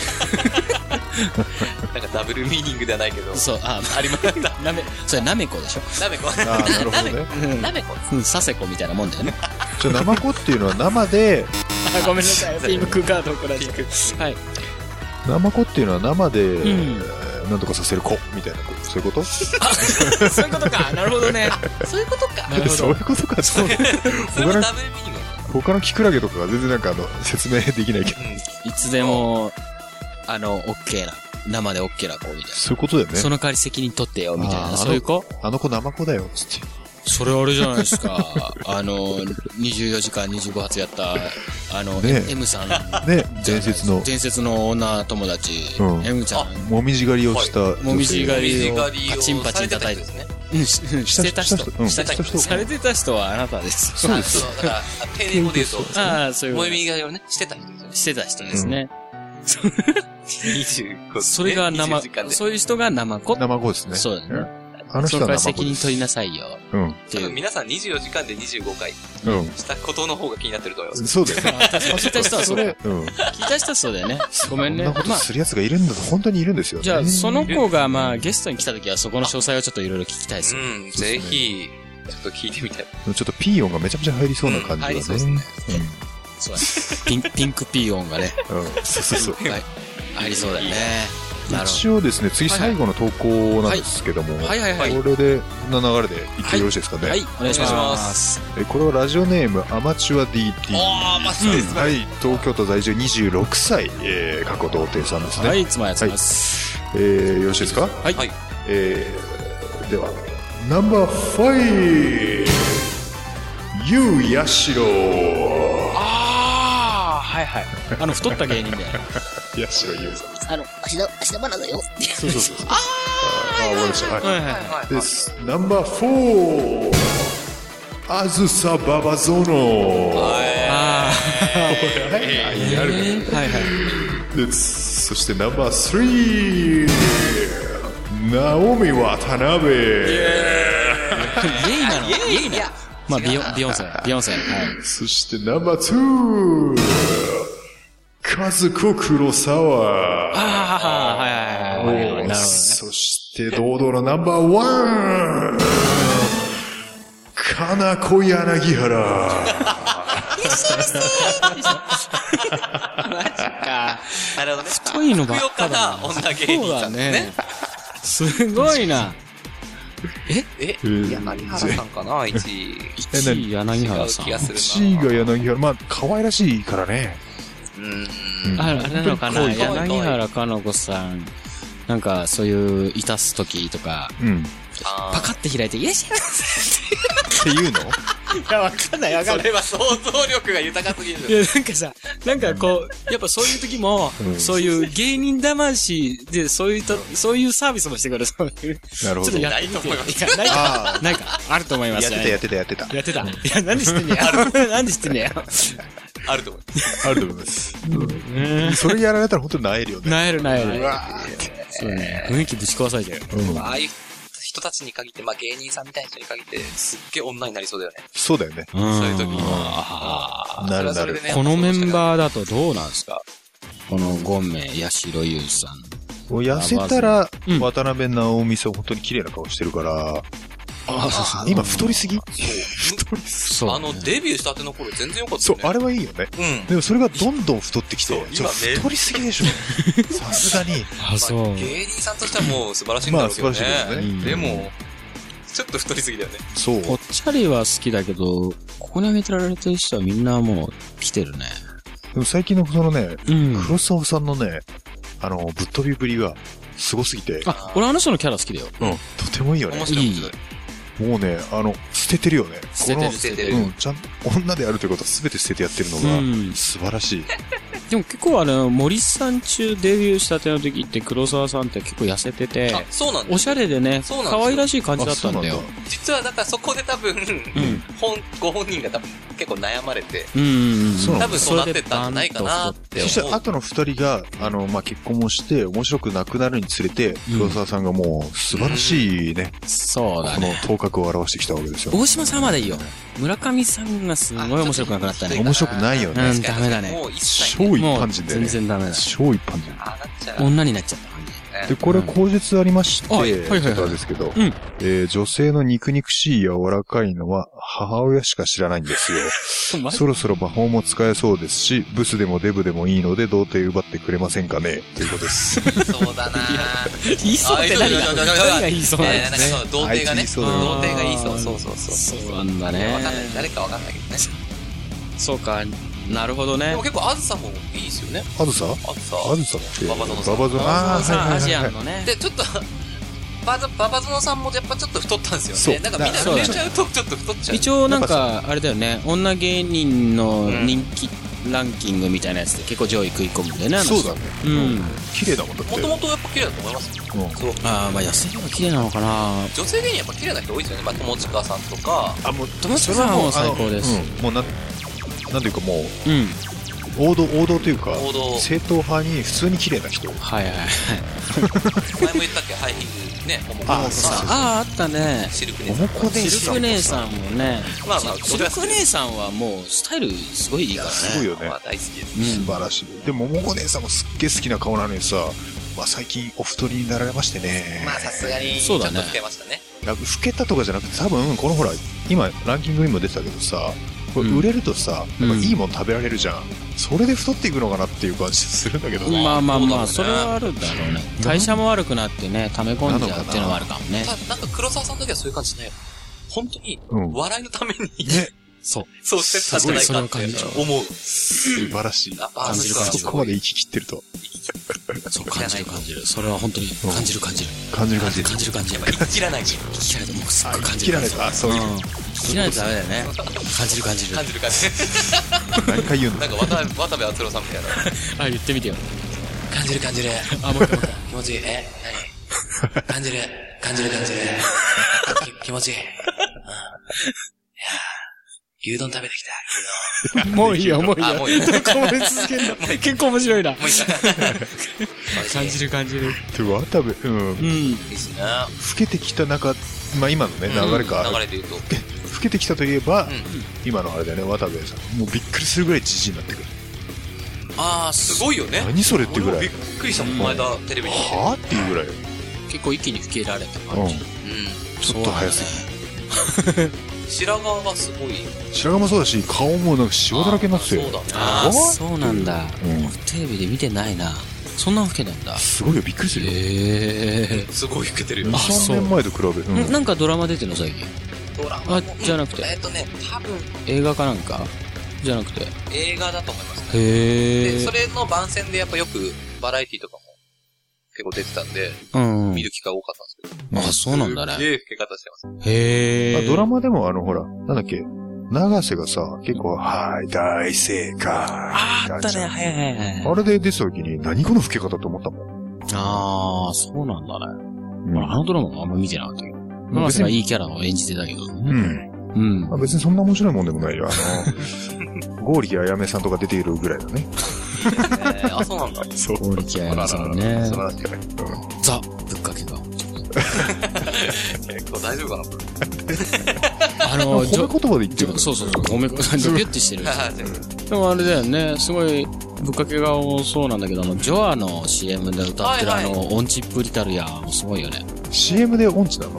なんかダブルミーニングではないけど。 そう、あ、ありました。ナメ、それナメコでしょ。 ナメコ。 ああ、なるほどね。 ナメコ。 うん、サセコみたいなもんだよね。 じゃあ、ナマコっていうのは生で、 あ、ごめんなさい。ピンクカードをこられて。はい。 ナマコっていうのは生で、 うんなんとかさせる子みたいな、そういうことあ、 そういうことか。なるほどね。 そういうことか。 なるほど。 そういうことか。そう。 それもダブルミーニング。 他のキクラゲとかが全然なんかあの、説明できないけど。 いつでも、あの、オッケーな。生でオッケーな子みたいな。 そういうことだよね。 その代わり責任取ってよ、みたいな。 あそういう子あの子ナマコだよ、つって。 それあれじゃないですか。あの、にじゅうよじかんにじゅうご発やった、あの、 ね M さん。 ね、伝説の。 伝説の女友達。 うん M ちゃん。 もみじ狩りをした。 もみじ狩りをもみじ狩りをパチンパチン叩いて。うん、してた人。 した人。 されてた人はあなたです。 そうですよ。 だから、丁寧語で言うと、 ああ、そういうもみじ狩りをね、してた人ですよね。 してた人ですね。 にじゅうごそれが生、そういう人が生子。 ナマコですね。 そうだね。 あの人はナマコです。 その責任取りなさいよ。 うん。 多分皆さんにじゅうよじかんでにじゅうごかいしたことの方が気になってると思います。 そうだよね。 聞いた人はそうだよ。 うん。 聞いた人はそうだよね。ごめんね。 そんなことする奴がいるんだと、本当にいるんですよね。 じゃあ、その子がまあゲストに来た時はそこの詳細をちょっといろいろ聞きたいですよ。 うん、ぜひ、ちょっと聞いてみたい。 ちょっとピー音がめちゃめちゃ入りそうな感じがね。 入りそうですね。 そうだね。ピン、ピンクピー音がね。 うん。そうそうそう。 はい。入りそうだよね。 一応ですね、次最後の投稿なんですけども、 はいはいはい。 これで、この流れで言ってよろしいですかね。 はい、お願いします。 これはラジオネーム、アマチュア ディーティー。 あー、アマチュアですね。 はい、東京都在住にじゅうろくさい、えー、過去童貞さんですね。 はい、いつもやってます。 えー、よろしいですか？ はい。 えー、では、ナンバーファイブ、ゆうやしろあー、はいはい。あの、太った芸人で。 やしろゆうさんです。 あの、芦田、芦田愛菜だよ。 そうそうそう。あー、あー、わかりました。はい。 はいはいです。ナンバーフォー、あずさばばぞの。 あー。はい、やるね。 はいはい。 です。そしてナンバースリー、ナオミ渡辺。イイェイなのイェイなのまあ、ビヨン、ビヨンセ。ビヨンセ。はい。 そしてナンバーツー、和子黒沢。 ああ、はいはいはい。なるほどね。 そして堂々のナンバーワン、かなこ柳原。 マジか。 なるほどね。 太いのばっかだな。 ふくよかな女芸人さんですね。 すごいな。ええ柳原さんかな、いちい。 いちい柳原さん。 いちいが柳原。まあ、可愛らしいからね。 うん。 あれなのかな、柳原かの子さん。なんか、そういう、いたすときとか、うん。パカって開いて、いらっしゃいませっていうのいや、わかんない、わかんない。 それは想像力が豊かすぎる。 いや、なんかさ、なんかこう、やっぱそういう時も、うん、そういう芸人魂で、そういうと、そういうサービスもしてくれそう。 なるほど。 ちょっとやってみて。ないと思います。いや、ないか。ないか。あると思いますよね。やってた、やってた、 やってた。やってた。いや、なんで知ってんねや。なんで知ってんねや。 あると思います。 あると思います。うん、それやられたら本当に萎えるよね。 萎える、萎える。うわそうね。雰囲気ぶち壊されちゃう。 うん。ああいう人たちに限って、まあ芸人さんみたいな人に限って、すっげえ女になりそうだよね。 そうだよね。 そういう時に。 なるなる。 このメンバーだとどうなんですか？このご名、八代優さん。 痩せたら、渡辺直美さん本当に綺麗な顔してるから、ああ、今太りすぎ？太太りすぎ。 あの、デビューしたての頃全然良かったそう、 よね。 あれはいいよね。 うん。 でもそれがどんどん太ってきて、 そうちょっと太りすぎでしょ。さすがに。 あ、そう。 芸人さんとしてはもう素晴らしいんだろうけどね。 まあ素晴らしいけどね。 でも、ちょっと太りすぎだよね。 そう。 ぽっちゃりは好きだけど、ここに挙げてられてる人はみんなもう来てるね。 でも最近のそのね、 うん、 黒沢さんのね、あの、ぶっ飛びぶりがすごすぎて。 あ、俺あの人のキャラ好きだよ。 うん。とてもいいよね。 面白い。いいもうね、あの、捨ててるよね。 捨ててる、捨ててる。 うん、ちゃん、女であるということは全て捨ててやってるのが、素晴らしい。うん、 でも結構あの、森さん中デビューしたての時って黒沢さんって結構痩せてて、 あ、そうなんだ。 おしゃれでね、可愛らしい感じだったんだよ。 実はだからそこで多分、うん、本、ご本人が多分結構悩まれて、 うん、 そう多分そうなってたんじゃないかなって思う。 そして後の二人が、あの、まあ、結婚もして面白くなくなるにつれて、黒沢さんがもう素晴らしいね、うん、 そうだね。 この頭角を表してきたわけですよ。 大島さんまでいいよ。村上さんがすごい面白くなくなったね。 面白くないよね。 うん、ダメだね。 もう一切超一般人だよね。 全然ダメだ。 超一般人。 あ、なっちゃう。 女になっちゃった感じ。 で、これ口述ありまして、 うん、はいはいはいはい、 ちょっとあれですけど、 うん、 えー、女性の肉肉しい柔らかいのは母親しか知らないんですよ。そろそろ魔法も使えそうですし、ブスでもデブでもいいので童貞奪ってくれませんかねということです。 そうだなぁ。 言いそうって何が何が言いそうなんですね。 なんかその童貞がね、童貞が言いそう。そうそうそう。 そうなんだね。 わかんない。誰かわかんないけどね。 そうか。なるほどね。 でも結構あずさもいいですよね。 あずさあずさあずさだっけババゾノさん。 ババゾノあー、アジアンのね。 で、ちょっと、ババゾノさんもやっぱちょっと太ったんですよね。なんかみんな触れちゃうとちょっと太っちゃう。 一応なんか、あれだよね、女芸人の人気ランキングみたいなやつで結構上位食い込むんだよね。 そうだね。 うん。 綺麗だもんだって。 もともとやっぱ綺麗だと思いますよ。 うん。ああ、まあ痩せれば綺麗なのかな。 女性芸人やっぱ綺麗な人多いですよね。まあ、友近さんとか。 あ、もう、 友近さんはもう最高です。 もうな、なんていうかもう、 うん。 王道、王道というか、 王道正統派に普通に綺麗な人。 はいはいはい。 前も言ったっけハイヒールね、ももこさん。ああ、あったね。 シルク姉さん。 ももこ姉さん。 シルク姉さんもね。 まあまあ、 シルク姉さんはもうスタイルすごいいいからね。 すごいよね。 まあ大好きです。 素晴らしい。でも、ももこ姉さんもすっげえ好きな顔なのにさ、まあ最近お太りになられましてね。 まあさすがに、ちょっと老けましたね。 老けたとかじゃなくて、多分、このほら、今ランキングにも出てたけどさ、これ売れるとさ、うん、いいもの食べられるじゃん。それで太っていくのかなっていう感じするんだけどね。 まあまあまあ、それはあるんだろうね。代謝も悪くなってね、溜め込んじゃうっていうのはあるかもね。 なんか黒沢さんの時はそういう感じしないよ。本当に、笑いのために、 ね。 そう。 そうしてたんじゃないかって思う。 素晴らしい。 感じる感じる。 そこまで生き切ってると。 そう、感じる感じる。それは本当に感じる感じる。 感じる感じる。 感じる感じる。 生き切らないと。 生き切らないと、もうすっごい感じる。 生き切らないと、あ、そういう。 生き切らないとダメだよね。感じる感じる。 感じる感じる。 何回言うのなんか渡部篤郎さんみたいな。 あ、言ってみてよ。 感じる感じる。 あ、もう一回もう一回。 気持ちいい。え、何感じる。感じる感じる。気持ちいい。いや牛丼食べてきた、牛丼。 もういいよ、もういいよ。 あ、もういいよ。 これ続けんの。結構面白いな。 もういい感じる感じる。 で、渡部、うん。うん。 いいですね。 老けてきた中、まあ今のね、流れか。 流れで言うと。 老けてきたといえば、今のあれだよね、渡部さん。もうびっくりするぐらいジジイになってくる。 あー、すごいよね。 何それってぐらい。 びっくりしたもん、前田テレビに。 はぁっていうぐらい。 結構一気に老けられた感じ。うん。 ちょっと早すぎ。 白髪がすごい。 白髪もそうだし、顔もなんかシワだらけになってたよ。 そうだね。 ああ、そうなんだ。テレビで見てないな。そんな老けなんだ。 すごいよ、びっくりするよ。 へえ。すごい老けてるよ。 に、さんねんまえと比べ。 なんかドラマ出てんの最近。 ドラマあ、じゃなくて。 えっとね、多分。 映画かなんかじゃなくて。 映画だと思いますね。 へえ。 で、それの番宣でやっぱよくバラエティとかも結構出てたんで、見る機会多かったんですけど。 あ、そうなんだね。 すげえ老け方してます。 へえ。 ドラマでもあの、ほら、なんだっけ、長瀬がさ、結構、はい、大正解。 ああったね、はいはいはい。 あれで出た時に、何この老け方って思ったもん。 ああ、そうなんだね。うん、あのドラマもあんま見てなかったけど。長瀬がいいキャラを演じてたけど。うん。 うん。まあ、別にそんな面白いもんでもないよ。あの、ゴーリキあやめさんとか出ているぐらいだね。 えー、あ、そうなんだ。 そう。 ゴーリキあやめさんね。 そうなんだよね。 ザ・ぶっかけが。 結構大丈夫かなこれ。 あの、褒め言葉で言ってる。 そうそうそう。褒め言葉でギュッてしてる。でもあれだよね、すごい、ぶっかけ顔もそうなんだけど、あの、ジョアの シーエム で歌ってるあの、音痴っぷりたるや、すごいよね。 シーエム で音痴なの？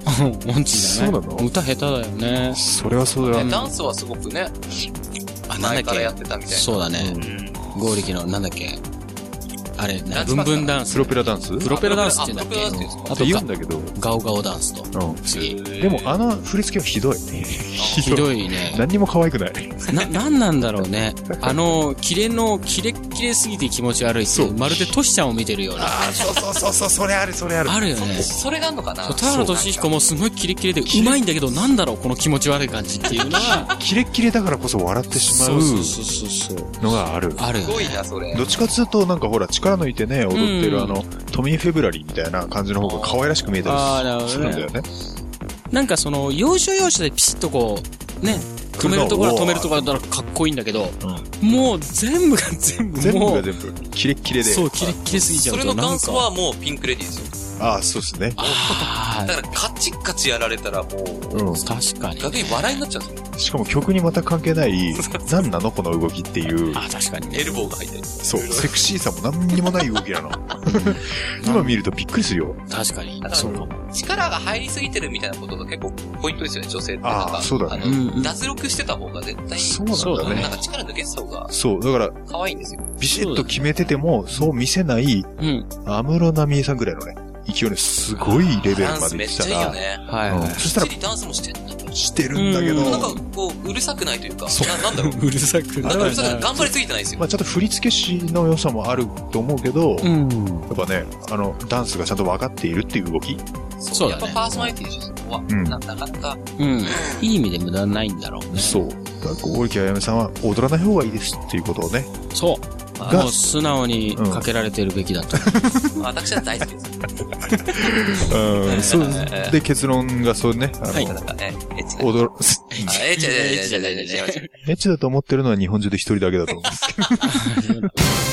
音痴じゃない？そうなの？歌下手だよね。 それはそうだね。 ダンスはすごくね、 あ、なんだっけ？ やってたみたいな。 そうだね。剛力の、なんだっけ？あれ、ブンブンダンス。 プロペラダンス？ プロペラダンスって言うんだっけ？ あと言うんだけど。 ガオガオダンスと。うん。次。 でもあの振り付けはひどい。 ひどいね。 何にも可愛くない。 な、なんなんだろうね。あの、キレの、キレッキレすぎて気持ち悪いっていう。まるでトシちゃんを見てるような。 ああ、そうそうそうそう、それある、それある。 あるよね。 それがあんのかな？ 田原俊彦もすごいキレッキレでうまいんだけど、なんだろう、この気持ち悪い感じっていうのは。 キレッキレだからこそ笑ってしまうのがある。 あるよね。 すごいな、それ。 どっちかっていうと、なんかほら、力抜いてね、踊ってるあの、トミー・フェブラリーみたいな感じの方が可愛らしく見えたりするんだよね。 なんかその、要所要所でピシッとこう、ね、止めるところは止めるところだったらかっこいいんだけど、うん、もう全部が全部、 全部が全部、キレッキレで。 そう、キレッキレすぎちゃうと。 それの元祖はもうピンクレディーですよ。 ああ、そうですね。 あだからカチッカチやられたらもう、うん、 確かに。 逆に笑いになっちゃうんですよ。 しかも曲にまた関係ない、何なのこの動きっていう。 あ、確かに、 ね。エルボーが入ってる。 そう、セクシーさも何にもない動きなの。今見るとびっくりするよ。 確かに。 そうかも。力が入りすぎてるみたいなことが結構ポイントですよね、女性って。 ああ、そうだね。 あの、脱力してた方が絶対。 そうなんだね。 なんか力抜けてた方が。 そう、だから、 可愛いんですよ。 ビシッと決めてても、そう見せない、うん。安室奈美恵さんぐらいのね。勢いですごいレベルまでいったら。 めっちゃいいよね。 はい、はい。 そしたら、 ダンスもしてるんだしてるんだけど。 なんか、こう、うるさくないというか、ななんだろう。 うるさくない。 なんかうるさくない。頑張りすぎてないですよ。 まあちょっと振り付け師の良さもあると思うけど、うん、やっぱね、あの、ダンスがちゃんと分かっているっていう動き。 そうだね。やっぱパーソナリティでしょ、そこは。うん。なかなか。 うん。いい意味で無駄ないんだろうね。 そう。だから、剛力あやめさんは踊らない方がいいですっていうことをね。 そう。もう素直にかけられてるべきだと。 うん、私は大好きです。 うん、そうで、結論がそうね。 はい。なんかね、エッチ。 踊る。 エッチ、エッチ、エッチ、エッチ、エッチ。 エッチだと思ってるのは日本中で一人だけだと思うんですけど。なん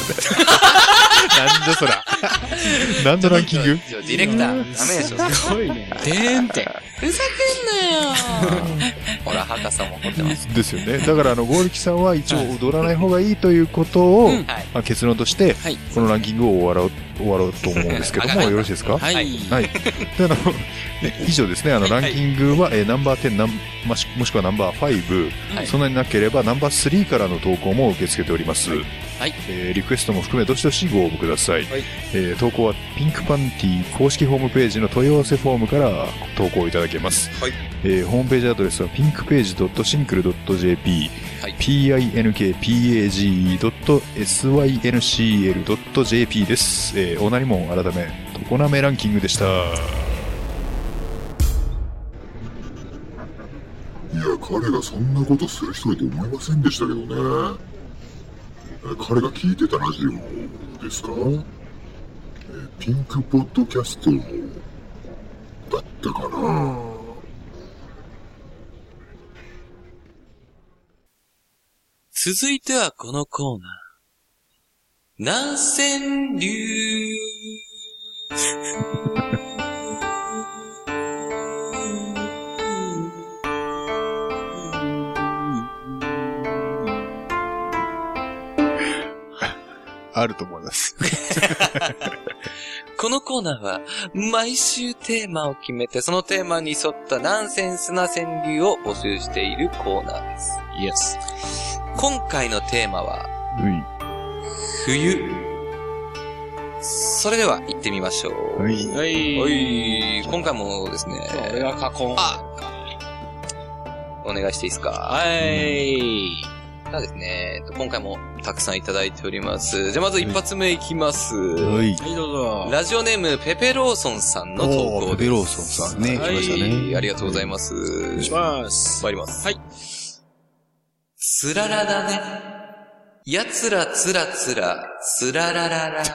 じゃそら。何のランキング？ ディレクター、ダメでしょ。 すごいね。でーんって。 ふざけんなよほら、博士も怒ってます。 ですよね。だから、あの、剛力さんは一応踊らない方がいいということを、うんまあ、結論として、はい、このランキングを終わろう、終わろうと思うんですけども、よろしいですか？ はい。はい。 で、あの、ね、以上ですね、あの、ランキングは、えー、ナンバーテン、ナンもしくはナンバーファイブ、はい、そんなになければ、ナンバースリーからの投稿も受け付けております。はいはいえー、リクエストも含めどしどしご応募ください、はいえー、投稿はピンクパンティ公式ホームページの問い合わせフォームから投稿いただけます、はいえー、ホームページアドレスはピンクページ ドットシンクル ドットジェーピー、はい、ピンクページ ドットシンクル ドットジェーピー です、えー、おなりもん改め常滑ランキングでした。いや彼がそんなことする人だと思いませんでしたけどね。彼が聞いてたラジオですか？ピンクポッドキャストだったかな。 続いてはこのコーナー。南川流あると思います。 このコーナーは毎週テーマを決めてそのテーマに沿ったナンセンスな川柳を募集しているコーナーです。 イエス。 今回のテーマは、うん、冬。それでは行ってみましょう。 はい。 はい。はい。今回もですね。 俺が書こう。 あ、お願いしていいですか？ はい。 じゃあですね、今回もたくさんいただいております。じゃあまず一発目いきます。 はい。 はい、どうぞ。 ラジオネームペペローソンさんの投稿です。 ペペローソンさんね、来ましたね。 ありがとうございます。お願いします。 参ります。 はい。 つららだね。やつらつらつら、つらららら。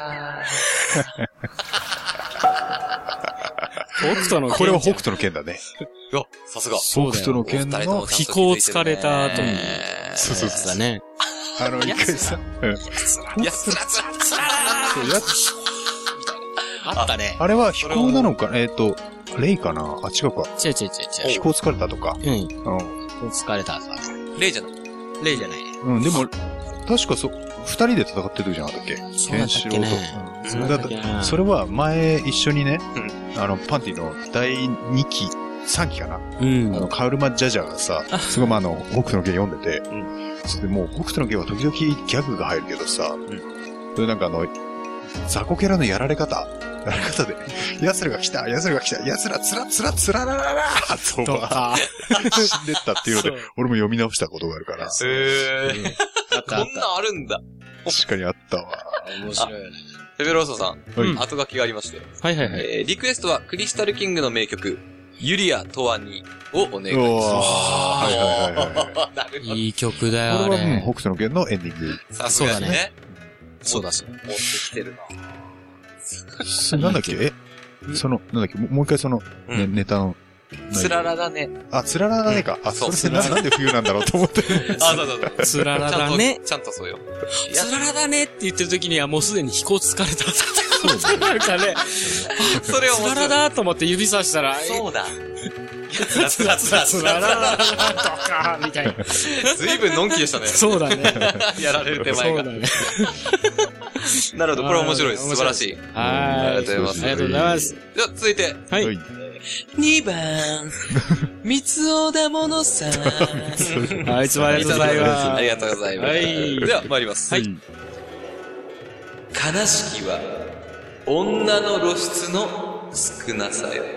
北斗の剣。 これは北斗の剣だね。 いや、さすが。 北斗の剣の飛行疲れた後に。 そうそうそう。 だね。 あの、一回さ、 やつらつらつららやつあったね。 あれは飛行なのかえっと、レイかなあ、違うか。 違う違う違う違う。 飛行疲れたとか。 うん。うん。疲れたとか。 レイじゃないレイじゃない。 うん、でも、確かそ、二人で戦ってるじゃなかったっけ？ ケンシロウと。 うん。だって、それは前一緒にね、うん、あの、パンティのだいにきさんきかな。 うん。 あの、カウルマ・ジャジャがさ、すごいまあ、あの、北斗の拳読んでて、うん。それでもう、北斗の拳は時々ギャグが入るけどさ、うん。それなんかあの、ザコキャラのやられ方やられ方で、奴らが来た奴らが来た奴らつらつらつららららーとか、死んでったっていうので、俺も読み直したことがあるから。 へー。こんなんあるんだ。 確かにあったわ。 面白いよね。 ペペローソさん、はい、後書きがありまして。 はいはいはい。 えー、リクエストはクリスタルキングの名曲、ユリアとわにをお願いします。はいはいはいはい。 いい曲だよね。 これは、うん、北斗の拳のエンディング。 さすがね。 そうだそう。 持ってきてるな。なんだっけえその、なんだっけもう一回その、ね、ネタの。 つららだね。 あ、つららだねか。あ、それな、なんで冬なんだろうと思って。 あ、そうそうそう。 つららだね。 ちゃんとそうよ。 つららだねって言ってる時にはもうすでに飛行疲れた。そうなんかね。 それを。 つららだと思って指さしたら。 そうだ。 つらつらつらつらららとか、みたいな。 ずいぶんのんきでしたね。 そうだね。 やられる手前が。そうだね。なるほど、これ面白いです。素晴らしい。 はい。 ありがとうございます。 ありがとうございます。 では、続いて。 はい。 にばん、三つおだものさん。 はい、いつもありがとうございます。 ありがとうございます。はい。では、参ります。 はい。 悲しきは、女の露出の少なさよ。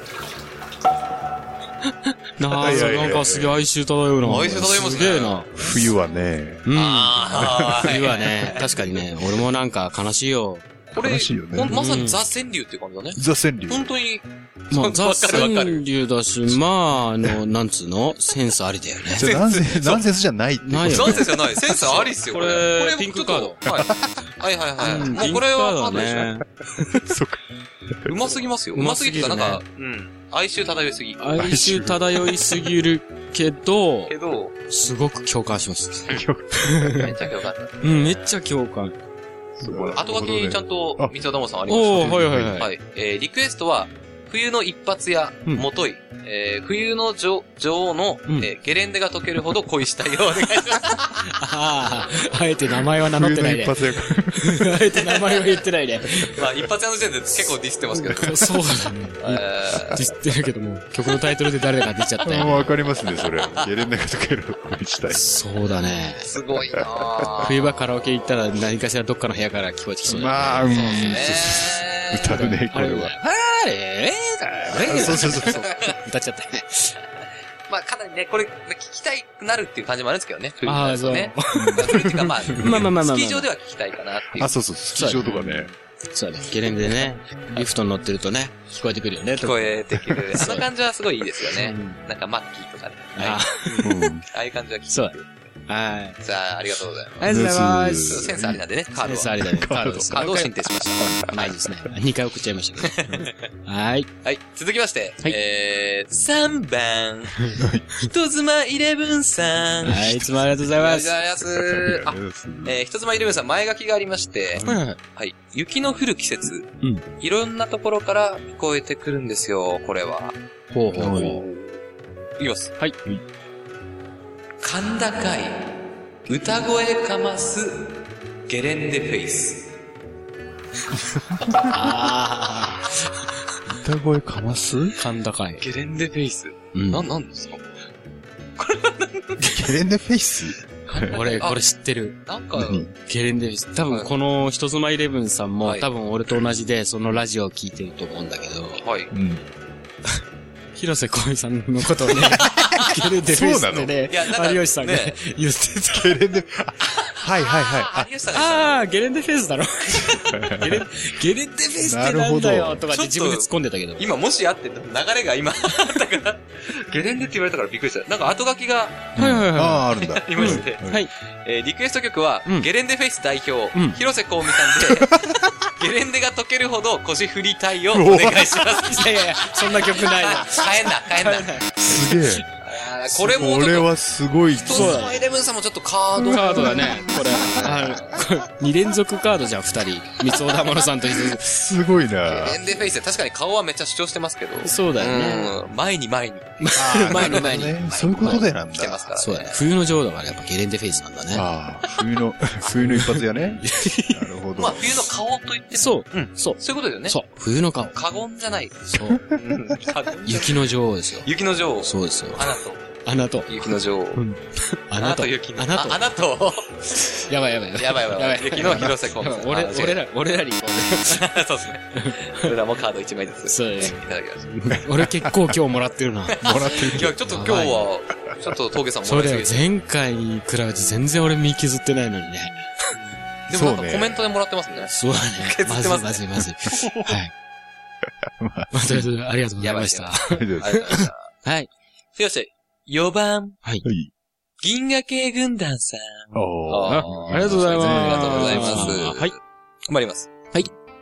なんかすげえ哀愁漂うな。 哀愁漂いますね。 すげえな。 冬はね。 うん。冬はね。確かにね。俺もなんか悲しいよ。 これ、まさにザ・川柳っていう感じだね。 ザ・川柳。 本当に、 まあ、ザ・川柳だし、まあ、あの、なんつうのセンスありだよね。 じゃナンセンスじゃないって。 ないよ。ナンセンスじゃない。センスありっすよ。 これ、ピンクカード。 はい。はいはいはい。もうこれはカードでしょ。そっか。 うますぎますよ。うますぎってか、なんか、うん。哀愁漂いすぎ。 哀愁漂いすぎるけど、 けど、 すごく共感します。 めっちゃ共感。 うん、めっちゃ共感。 後書きちゃんと、三つおだもさんありました。 おー、はいはいはい。 はい。えー、リクエストは、冬の一発や、もとい、えー、冬の女王の、えー、ゲレンデが溶けるほど恋したいよ。お願いします。 ああ、あえて名前は名乗ってないで。 冬の一発や。あえて名前は言ってないで。 まあ、一発屋の時点で結構ディスってますけど。 そうだね。ディスってるけども、曲のタイトルで誰か出ちゃったよ。 もうわかりますね、それ。ゲレンデが溶けるほど恋したい。 そうだね。 すごいなぁ。 冬場カラオケ行ったら何かしらどっかの部屋から聞こえてきそうだ。 まあ、うん。歌うね、これは。 あれーそうそうそう。 歌っちゃったね。 まあ、かなりね、これ、聞きたいくなるっていう感じもあるんですけどね。 ああ、そうね。それっていうか、まあ、 まあまあまあまあ。 スキー場では聞きたいかなっていう。 あ、そうそう、スキー場とかね。 そうだね。ゲレンデでね、リフトに乗ってるとね、聞こえてくるよね。 聞こえてくる。あの感じはすごいいいですよね。なんか、マッキーとかね。ああいう感じは聞きたい。 はい。 じゃあ、ありがとうございます。 ありがとうございます。 センスありなんでね、カードは。 センスありだね。カードです。 カードを申請しました。 はいですね。にかい送っちゃいましたけど。はい。 はい。続きまして、えー、さんばん。人妻イレブンさん。 はい。いつもありがとうございます。 ありがとうございます。あ、えー、人妻イレブンさん、前書きがありまして、はい。雪の降る季節。うん。いろんなところから聞こえてくるんですよ、これは。 ほうほうほう。いきます。 はい。 甲高い。歌声かますゲレンデフェイス。 ああ。 歌声かます甲高い。 ゲレンデフェイス。うん、な、なんですかこれはゲレンデフェイス俺、これ知ってる。 なんか、 ゲレンデフェイス。多分この人妻イレブンさんも、多分俺と同じでそのラジオを聞いてると思うんだけど。 はい。うん。 広瀬香美さんのことをね、ゲレンデフェイスでね、有吉さんがね、言ってた。 ゲレンデ、はいはいはい。 ああ、ゲレンデフェイスだろ。ゲレン、ゲレンデフェイスってなんだよとかって自分で突っ込んでたけど。 今もしあって流れが今あったから、ゲレンデって言われたからびっくりした。なんか後書きが、 はいはいはい。 ああ、あるんだ。 ありまして。はい。えリクエスト曲は、ゲレンデフェイス代表、広瀬香美さんで、ゲレンデが溶けるほど腰振りたいをお願いします。 いやいやいや、そんな曲ないよ。 変えんな、変えんな。 すげえ。 これも。 これはすごい。 そうだ。イレブンさんもちょっとカード。 カードだね。これ、あの、に連続カードじゃん、二人。三つ田丸さんと一つ。 すごいな。 エンデフェイスで確かに顔はめっちゃ主張してますけど。 そうだよね。 うん。前に前に。 前に前に。 そういうことでなんだ。 来てますからね。 そうだね。冬の女王だからやっぱゲレンデフェイスなんだね。 ああ、冬の、冬の一発やね。なるほど。 まあ冬の顔と言っても。 そう。うん。そう。 そういうことだよね。 そう。冬の顔。 過言じゃない。 そう。雪の女王ですよ。 雪の女王。 そうですよ。 アナと。 アナと。 雪の女王。 アナと雪の。 アナと。 アナと。 やばいやばい。 やばいやばい。雪の広瀬コンビ。 俺、俺ら、俺らに。 そうですね。俺らもカードいちまいずつ。 そういただきました。 俺結構今日もらってるな。もらってる。 いや、ちょっと今日は、ちょっと峠さんもらいすぎて。 それ前回に比べて全然俺身削ってないのにね。 でもなんかコメントでもらってますね。 そうだね。 削ってます。 まずいまずいまずい。はい。まあ、とりあえず、ありがとうございました。 ありがとうございました。 はい。 そして、よばん。 はい。 銀河系軍団さん。 ありがとうございます。 ありがとうございます。 はい。 頑張ります。 はい。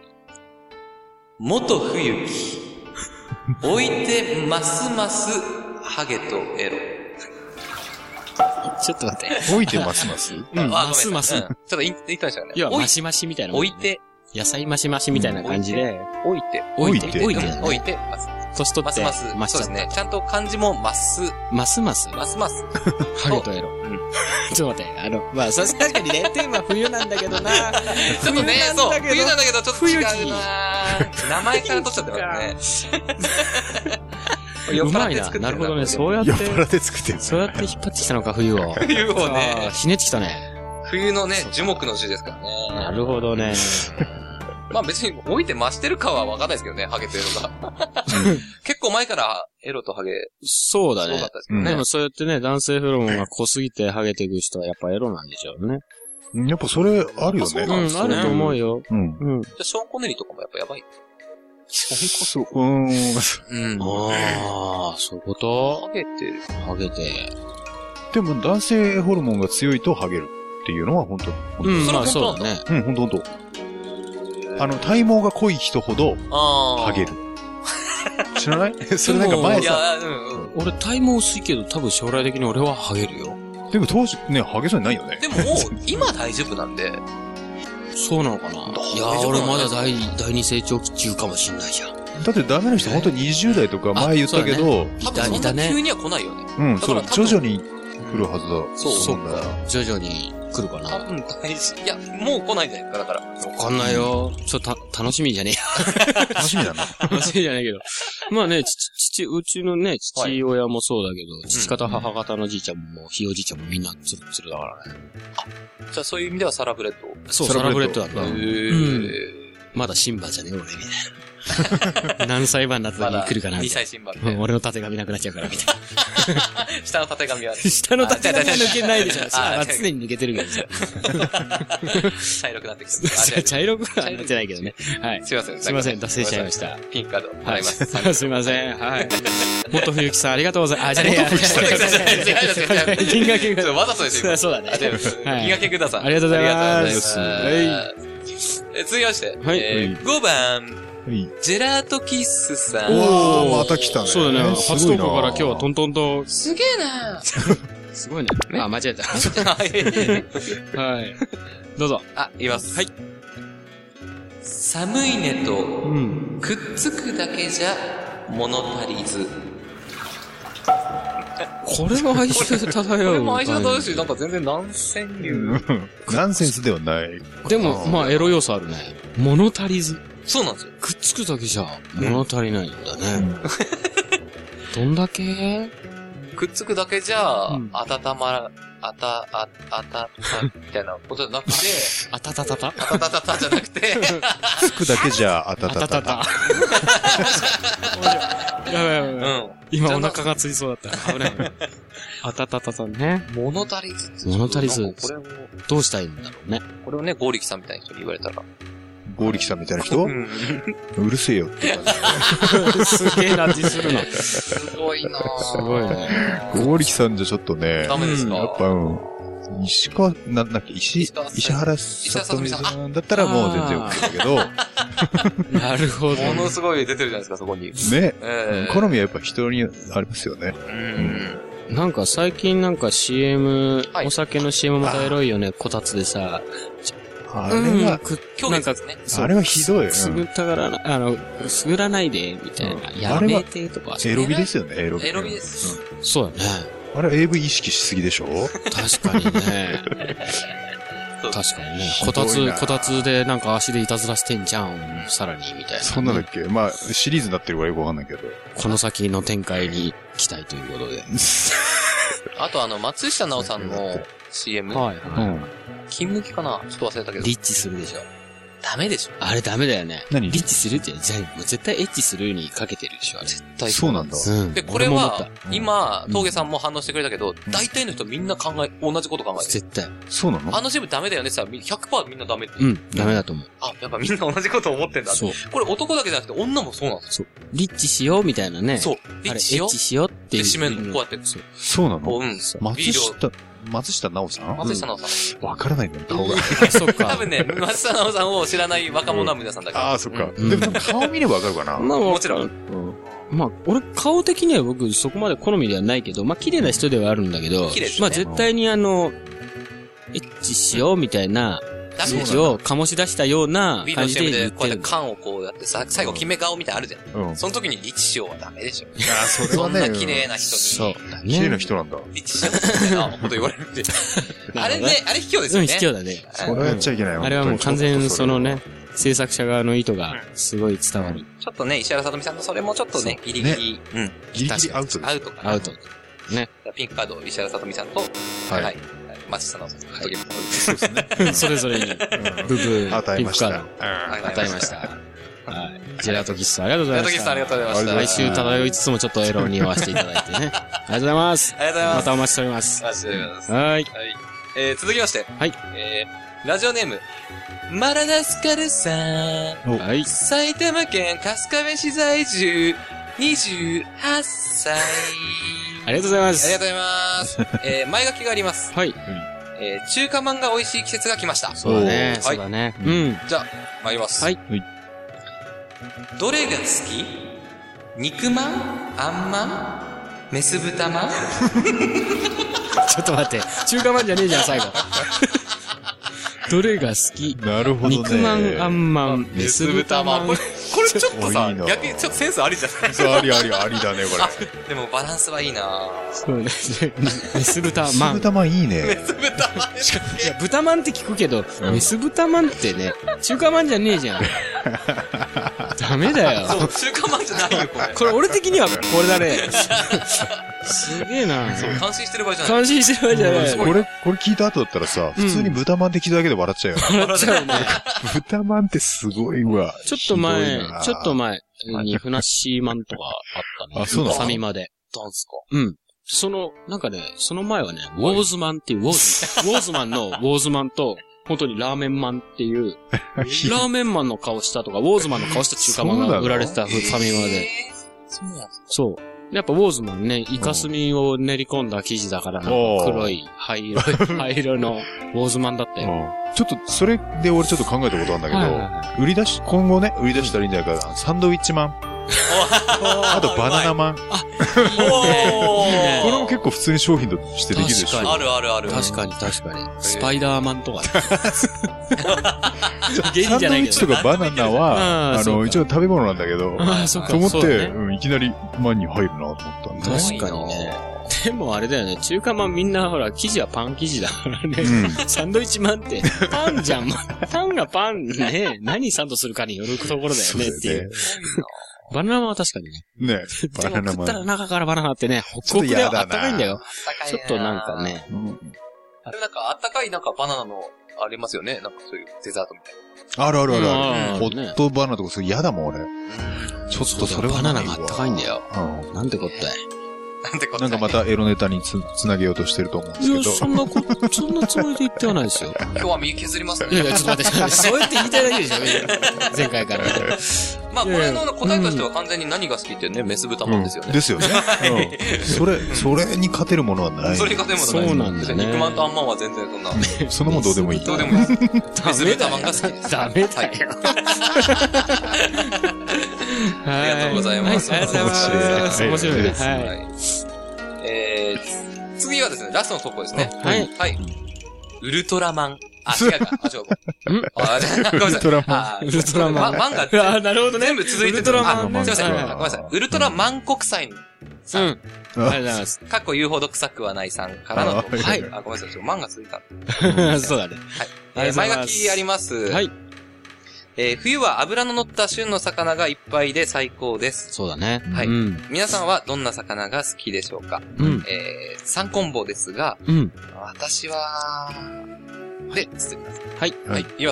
元冬木。置いてますますハゲとエロ。 ちょっと待って。 置いてますますうん、ますます。ちょっと言ってましたよね。 いや、マシマシみたいな。 置いて。 野菜マシマシみたいな感じで。 置いて。 置いて。 置いて。置いて。ます。 年取って。 ますます。そうですね。ちゃんと漢字もます。 ますます。 ますます。 ハゲとエロ。うん。ちょっと待って。あの、まあ、確かにね、テーマ冬なんだけどな。 ちょっとね、そう。冬なんだけど、ちょっと違うな。名前から取っちゃってますね。 うまいな。なるほどね。そうやって。 酔っ払って作ってる。 そうやって引っ張ってきたのか、冬を。 冬をね。 ひねってきたね。 冬のね、樹木の字ですからね。 なるほどね。 まあ別に置いて増してるかはわかんないですけどね、ハゲとエロが。結構前からエロとハゲ。 そうだね。 そうだったですけどね。 でもそうやってね、男性フェロモンが濃すぎてハゲていく人はやっぱエロなんでしょうね。 やっぱそれあるよね。 うん、あると思うよ。 うん。 うん。じゃあショーン・コネリーとかもやっぱやばい。 そう、うーん。 うん。 ああ、そういうことハゲてる。 ハゲて。 でも男性ホルモンが強いとハゲるっていうのは本当に。 うん、まあそうだね。 うん、本当本当。あの、体毛が濃い人ほど、ハゲる。知らないそれなんか前さ。 俺体毛薄いけど多分将来的に俺はハゲるよ。 でも当時ね、ハゲそうにないよね。 でももう、今大丈夫なんで。 そうなのかな。いや、俺まだ第、第二成長期中かもしんないじゃん。 だってダメな人本当ににじゅう代とか前言ったけど、 多分そんな急には来ないよね。 うん、そう、徐々に来るはずだ。 そう、 そうか。徐々に来るかな。 多分大事。いや、もう来ないんじゃないか、だから。 わかんないよ。ちょっとた、楽しみじゃねえよ。楽しみだな。 楽しみじゃないけど。まあね、父、父、うちのね、父親もそうだけど、父方母方のじいちゃんも、ひいおじいちゃんもみんなツルツルだからね。 あ、じゃあそういう意味ではサラブレッド。 そう、サラブレッドだった。 へー。 まだシンバじゃねえ、俺みたいな。何歳番になった時に来るかな。 にさいシンバ。 俺の縦紙なくなっちゃうから、みたいな。 下の縦紙は。 下の縦紙は抜けないでしょ。あ、常に抜けてるけどさ。 茶色くなってきた。 茶色くはなってないけどね。はい。 すいません。 すいません、脱線しちゃいました。 ピンクカード。はい。 すいません。はい。元冬木さん、ありがとうございます。あ、じゃねえや。銀河系軍団。 わざとですよ。 そうだね。 銀河系軍団さん。 ありがとうございます。 はい。続きまして。はい。ごばん。ジェラートキッスさん。 おー、また来たね。 そうだね。初投稿から今日はトントンと。 すげえなすごいね。あ、間違えた。はい。どうぞ。 あ、言います。はい。寒いねと、くっつくだけじゃ物足りず。 これも相性漂う。これも相性漂うし、なんか全然ナンセン流。 ナンセンスではない。 でも、まあ、エロ要素あるね。物足りず。 そうなんですよ。 くっつくだけじゃ物足りないんだね。どんだけくっつくだけじゃ、温まら、あた、あ、あた、た、みたいなことじゃなくて、 あたたたたあたたたたじゃなくて、 つくだけじゃ、あたたたた。 やばいやばい。うん。今お腹がついそうだった。危ない。あたたたたね。 物足りず。 物足りず。これを、どうしたらいいんだろうね。 これをね、ゴーリキさんみたいな人に言われたら。 ゴーリキさんみたいな人、うん、うるせえよって感じ。すげえな、ディスるの。 すごいなぁ。 すごいね。 ゴーリキさんじゃちょっとね。 ダメですか、 やっぱ、うん。石川、な、なんだっけ、石、石原さとみさんだったらもう全然 OK だけど。なるほど。 ものすごい出てるじゃないですか、そこに。 ね。えー、好みはやっぱ人にありますよね。 うん。 なんか最近なんか シーエム、 はい、 お酒の シーエム またエロいよね、こたつでさ。 あれは、 今日ですね。 あれはひどい。 すぐたがらな、あの、すぐらないで、みたいな。やめて、とか。 エロビですよね、エロビ。 エロビです。 そうだね。 あれ エーブイ 意識しすぎでしょ？ 確かにね。確かにね。こたつ、こたつでなんか足でいたずらしてんじゃん、さらに、みたいな。 そんなんだっけ？まあ、シリーズになってるからよくわかんないけど。 この先の展開に期待ということで。 あとあの、松下奈緒さんの シーエム。 はい、はい。 金麦かなちょっと忘れたけど。 リッチするでしょ。 ダメでしょ。 あれダメだよね。 何？ リッチするって、じゃあ、絶対エッチするにかけてるでしょ、あれ。絶対そうなんだ。 うん。 で、これは、今、峠さんも反応してくれたけど、大体の人みんな考え、同じこと考えてる。 絶対。 そうなの？ あのシーエムダメだよねってさ、ひゃくパーセントみんなダメって。 うん、ダメだと思う。 あ、やっぱみんな同じこと思ってんだ。 そう。 これ男だけじゃなくて女もそうなんですよ。 そう。リッチしようみたいなね。 そう。リッチしよう。 エッチしようっていう。 で、締めるの、こうやって。 そう。 そうなの？ うん。 松下、松下奈緒さん？ 松下奈緒さん。わからないんだよ、顔が。 そっか。 多分ね、松下奈緒さんを知らない若者は皆さんだから。 ああ、そっか。でも顔見ればわかるかな。 まあもちろん。 まあ、俺、顔的には僕、そこまで好みではないけど、まあ、綺麗な人ではあるんだけど、まあ、絶対にあの、エッチしようみたいな、イメージを醸し出したような感じで言ってる。 こうやって缶をこうやってさ、最後決め顔みたいなあるじゃん。うん。その時にリッチしようはダメでしょ。いや、それはね。そんな綺麗な人に。 そうだね。 綺麗な人なんだ。 リッチしようみたいなこと言われるんで。あれね、あれ卑怯ですよね。 うん、卑怯だね。 それはやっちゃいけないよ。 あれはもう完全そのね、制作者側の意図がすごい伝わる。 ちょっとね、石原さとみさんのそれもちょっとね、ギリギリ。うん。 ギリギリアウトです。 アウトか。 アウト。ね。 ピンクカード、石原さとみさんと、はい。松下奈緒さん。はい。 そうですね。 それぞれに、ブブー、 与えました。 与えました。はい。ジェラートキッスありがとうございました。 ジェラートキッスありがとうございました。 来週漂いつつもちょっとエロに合わせていただいてね。ありがとうございます。 ありがとうございます。 またお待ちしております。 お待ちしております。 はい。はい。 えー、続きまして。 はい。 えー、ラジオネーム、マラダスカルさん。 はい。 埼玉県春日部市在住、にじゅうはっさい。 ありがとうございます。 ありがとうございます。えー、前書きがあります。 はい。 えー、中華まんが美味しい季節が来ました。 そうだね。そうだね。うん。 じゃあ、参ります。 はい。 どれが好き？肉まん？あんまん？メス豚まん？ ちょっと待って。中華まんじゃねえじゃん、最後。どれが好き？ なるほどね。 肉まん、あんまん、メス豚まん。 これ、これちょっとさ、逆にちょっとセンスありじゃない？ そう、ありありありだね、これ。でもバランスはいいなそうね。メス豚まん。 メス豚まんいいね。 メス豚まん。 いや、豚まんって聞くけど、メス豚まんってね、中華まんじゃねえじゃん。ダメだよ。 そう、中華まんじゃないよ、これ。 これ俺的にはこれだね。すげえな。 そう、感心してる場合じゃない。 感心してる場合じゃない。 これ、これ聞いた後だったらさ、普通に豚まんって聞いただけで笑っちゃうよ。 笑っちゃうね。 豚まんってすごいわ。 ちょっと前、ちょっと前にフナッシーマンとかあったね。 あ、そうなの？ ファミマで。 ダンスか。 うん。その、なんかね、その前はね、ウォーズマンっていう、ウォーズ、ウォーズマンのウォーズマンと、本当にラーメンマンっていう、ラーメンマンの顔したとか、ウォーズマンの顔した中華まんが売られてたファミマで。 そうなんですか？ そう。やっぱウォーズマンね、イカスミを練り込んだ生地だから、黒い、灰色、灰色のウォーズマンだったよ。 ちょっと、それで俺ちょっと考えたことあるんだけど、売り出し、今後ね、売り出したらいいんじゃないかな。サンドウィッチマン。あとバナナマン。 あ、いいね。 これも結構普通に商品としてできるでしょ。 あるあるある。 確かに確かに。スパイダーマンとか。 サンドウィッチとかバナナは、あの、一応食べ物なんだけど、と思って、いきなりマンに入るなと思ったんだ。 確かにね。でもあれだよね、中華まんみんなほら、生地はパン生地だからね。サンドイッチマンって、パンじゃん。パンがパンね、何サンドするかによるところだよねっていう。バナナマンは確かにね。 ねバナナマン。 食ったら中からバナナってね、ホクホクであったかいんだよ。ちょっとなんかね。 あれなんかあったかいなんかバナナのありますよね。なんかそういうデザートみたいな。 あるあるあるある。ホットバナナとかそれ嫌だもん俺。ちょっとそれはバナナがあったかいんだよ。なんてこったい。 なんてことなんかまたエロネタにつ、つなげようとしてると思うんですけど。いや、 そんなこ、そんなつもりで言ってはないですよ。 今日は身削りますね。 いやいや、ちょっと待って、そうやって言いたいだけでしょ、前回から。 まあ、これの答えとしては完全に何が好きってね、メス豚まんですよね。 ですよね。それ、それに勝てるものはない。 それに勝てるものはない。 そうなんだね。 肉まんとあんまんは全然そんな。 そのもんどうでもいい。 どうでもいい。メス豚まんが好きです。 ダメだよ。 ありがとうございます。 ありがとうございます。面白いね。はい。 えー、 ね。ラストの投稿ですね。 はい。 はい。ウルトラマン。あ、違うか。あ、違う。んあ、ごめんなさい。 ウルトラマン。ウルトラマン。 マンが、 あ、なるほどね。 全部続いてる。 ウルトラマン。 すいません。ごめんなさい。ウルトラマン国際さん。うん。 ありがとうございます。 過去言うほど臭くはないさんからの。はい。あ、ごめんなさい。ちょっとマンが続いた。 そうだね。 はい。前書きあります。はい。えー、冬は脂の乗った旬の魚がいっぱいで最高です。 そうだね。 はい。うん、皆さんはどんな魚が好きでしょうか？うん。えー、三コンボですが、うん。私は、で、続きます。 はい。 はい。いきます。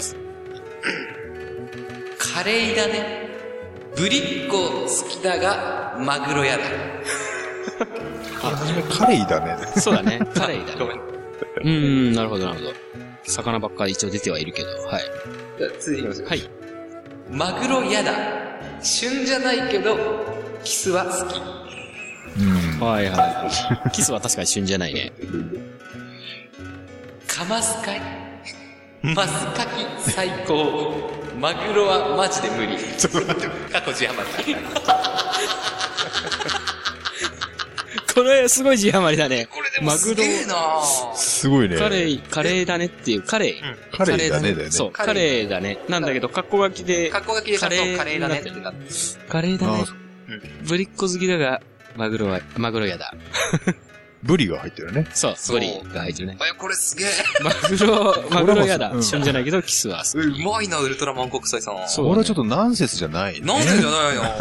カレイだね。ブリッコ好きだが、マグロやだ。 あ、はじめカレイだね。 そうだね。カレイだね。ごめん。うん、なるほど、なるほど。魚ばっかり一応出てはいるけど、はい。 じゃあ、続いていきますよ。 はい。 マグロやだ。旬じゃないけど、キスは好き。 うん。はいはい。キスは確かに旬じゃないね。 カマスカイ。マスカキ最高。マグロはマジで無理。ちょっと待って。過去字余り。 これすごい字余りだね。 これでもすげえなぁ。 すごいね。 カレー、カレーだねっていう、カレー。うん、 カレーだねだよね。 そう、カレーだね。なんだけど、カッコ書きで。 カッコ書きでカレーカレーだねってなって。 カレーだね。ブリッコ好きだが、マグロは、マグロやだ。 ブリが入ってるね。 そう、ブリが入ってるね。 え、これすげえ。 マグロ、マグロやだ。旬じゃないけど、キスは好き。 うまいな、ウルトラマン国際さん。 そう。これはちょっとナンセンスじゃない。 ナンセンスじゃないよ。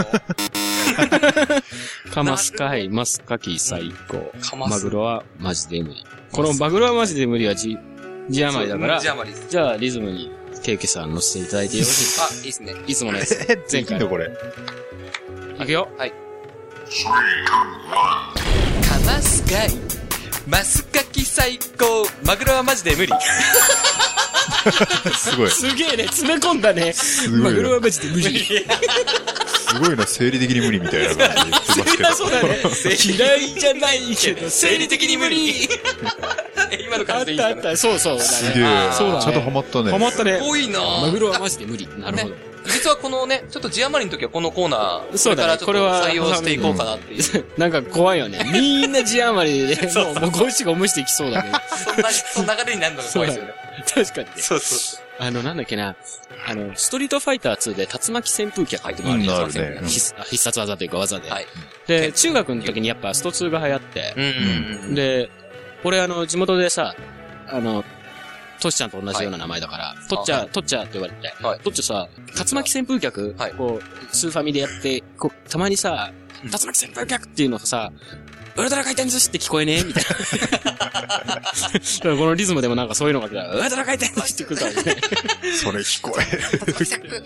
カマスカイ、マスカキ最高。マグロはマジで無理。このマグロはマジで無理は字、字余りだから。 字余りです。 じゃあ、リズムに、ケイケさん乗せていただいてよろしいですか？ あ、いいですね。 いつものやつ。前回。 これ。 いくよ。 はい。カマスカイ、マスカキ最高。マグロはマジで無理。 すごい。 すげえね、詰め込んだね。マグロはマジで無理。 すごいな、生理的に無理みたいな感じで言ってますけど。 そうだね。嫌いじゃないけど、生理的に無理。 今の感じでいいかな。 あったあった、そうそう。 すげえ。そうだね。ちゃんとハマったね。 ハマったね。 多いなマグロはマジで無理。なるほど。 実はこのね、ちょっと字余りの時はこのコーナー、それからちょっと採用していこうかなっていう。 なんか怖いよね。みんな字余りで、もう、もうゴシゴムしていきそうだね。 そんな、その流れになるのが怖いですよね。 確かに。 そうそう。 あの、なんだっけな。あの、ストリートファイターツーで竜巻旋風脚ってもあるやつね。必殺技というか技で。で、中学の時にやっぱストツーが流行って、で、俺あの、地元でさ、あの、トシちゃんと同じような名前だから、トッチャー、トッチャーって言われて、トッチャーさ、竜巻旋風脚、こう、スーファミでやって、こう、たまにさ、竜巻旋風脚っていうのがさ、ウルトラ回転寿司って聞こえねえみたいな。このリズムでもなんかそういうのが来たら、ウルトラ回転寿司って来るからね。 それ聞こえる。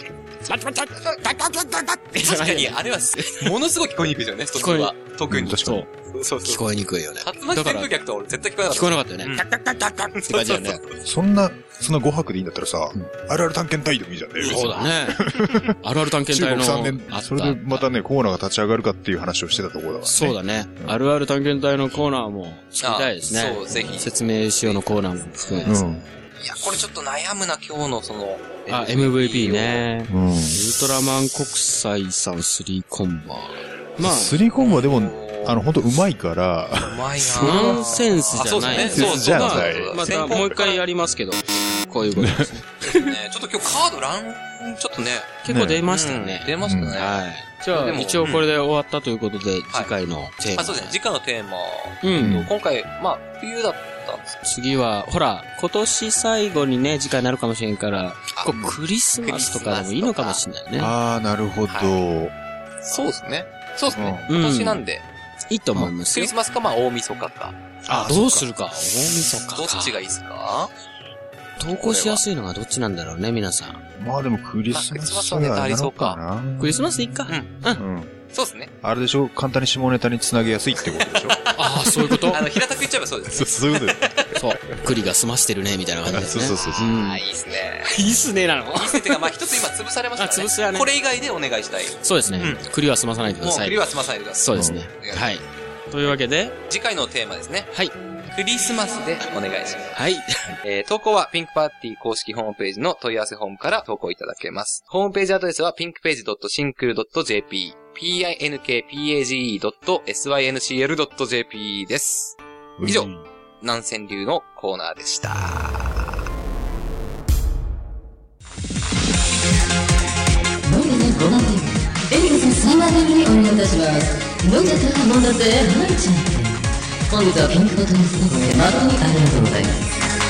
確かに、あれは、ものすごい聞こえにくいですよね、ストツーは。特に。 そう。そうそう。聞こえにくいよね。 竜巻旋風脚と俺絶対聞こえなかった。 聞こえなかったよね。カッカッカッカッカッって感じだよね。 そんな、そんなごはくでいいんだったらさ、あるある探検隊でもいいじゃんね。 そうだね。あるある探検隊の。 中国さんねん、それでまたね、コーナーが立ち上がるかっていう話をしてたところだからね。 そうだね。あるある探検隊のコーナーも作りたいですね。 そう、ぜひ。 説明しようのコーナーも含めです。 いや、これちょっと悩むな、今日のその。 あ、エムブイピー ね。ウルトラマン国際さんスリーコンボ。 まあ。スリーコンボはでも、あの、ほんとうまいから。 うまいなナンセンスじゃない。 そうですね。 じゃない。またもう一回やりますけど、こういうことですね。ちょっと今日カードラン、ちょっとね。 結構出ましたね。 出ましたね。 はい。じゃあ、一応これで終わったということで、次回のテーマ。 あ、そうですね。次回のテーマ。 うん。 今回、まあ、冬だったんです。 次は、ほら、今年最後にね、次回になるかもしれんから、こうクリスマスとかでもいいのかもしれないね。 ああ、なるほど。 そうですね。そうですね。今年なんで。 いいと思いますよ。 クリスマスか、まあ、大晦日か。 あ、どうするか。大晦日か。 どっちがいいですか？ 投稿しやすいのがどっちなんだろうね、皆さん。 まあでもクリスマスはネタありそうか。 クリスマスでいいか。 うん。うん。そうですね。 あれでしょ？簡単に下ネタにつなげやすいってことでしょ？ ああ、そういうことあの、平たく言っちゃえばそうです。 そういうことです。 そう。栗が済ましてるね、みたいな感じですね。 そうそうそう。 ああ、いいっすね。 いいっすね、なの。いいっすね。 てか、まあ一つ今潰されましたね。 潰すやね。 これ以外でお願いしたい。 そうですね。栗は済まさないでください。 もう栗は済まさないでください。 そうですね。はい。というわけで、 次回のテーマですね。 はい。 クリスマスでお願いします。 はい。 えー、投稿はピンクパーティー公式ホームページの問い合わせフォームから投稿いただけます。ホームページアドレスは ピンクページドットシンクルドットジェーピー、ピーインクページドットシンクルドットジェーピー です。以上、 南川流のコーナーでした。 ノイタごまんてん。エリカさんさんまんてんにお願いいたします。ノイタさん、もんだぜ、はいちゃん。本日はピンクボトルスノーで誠にありがとうございます。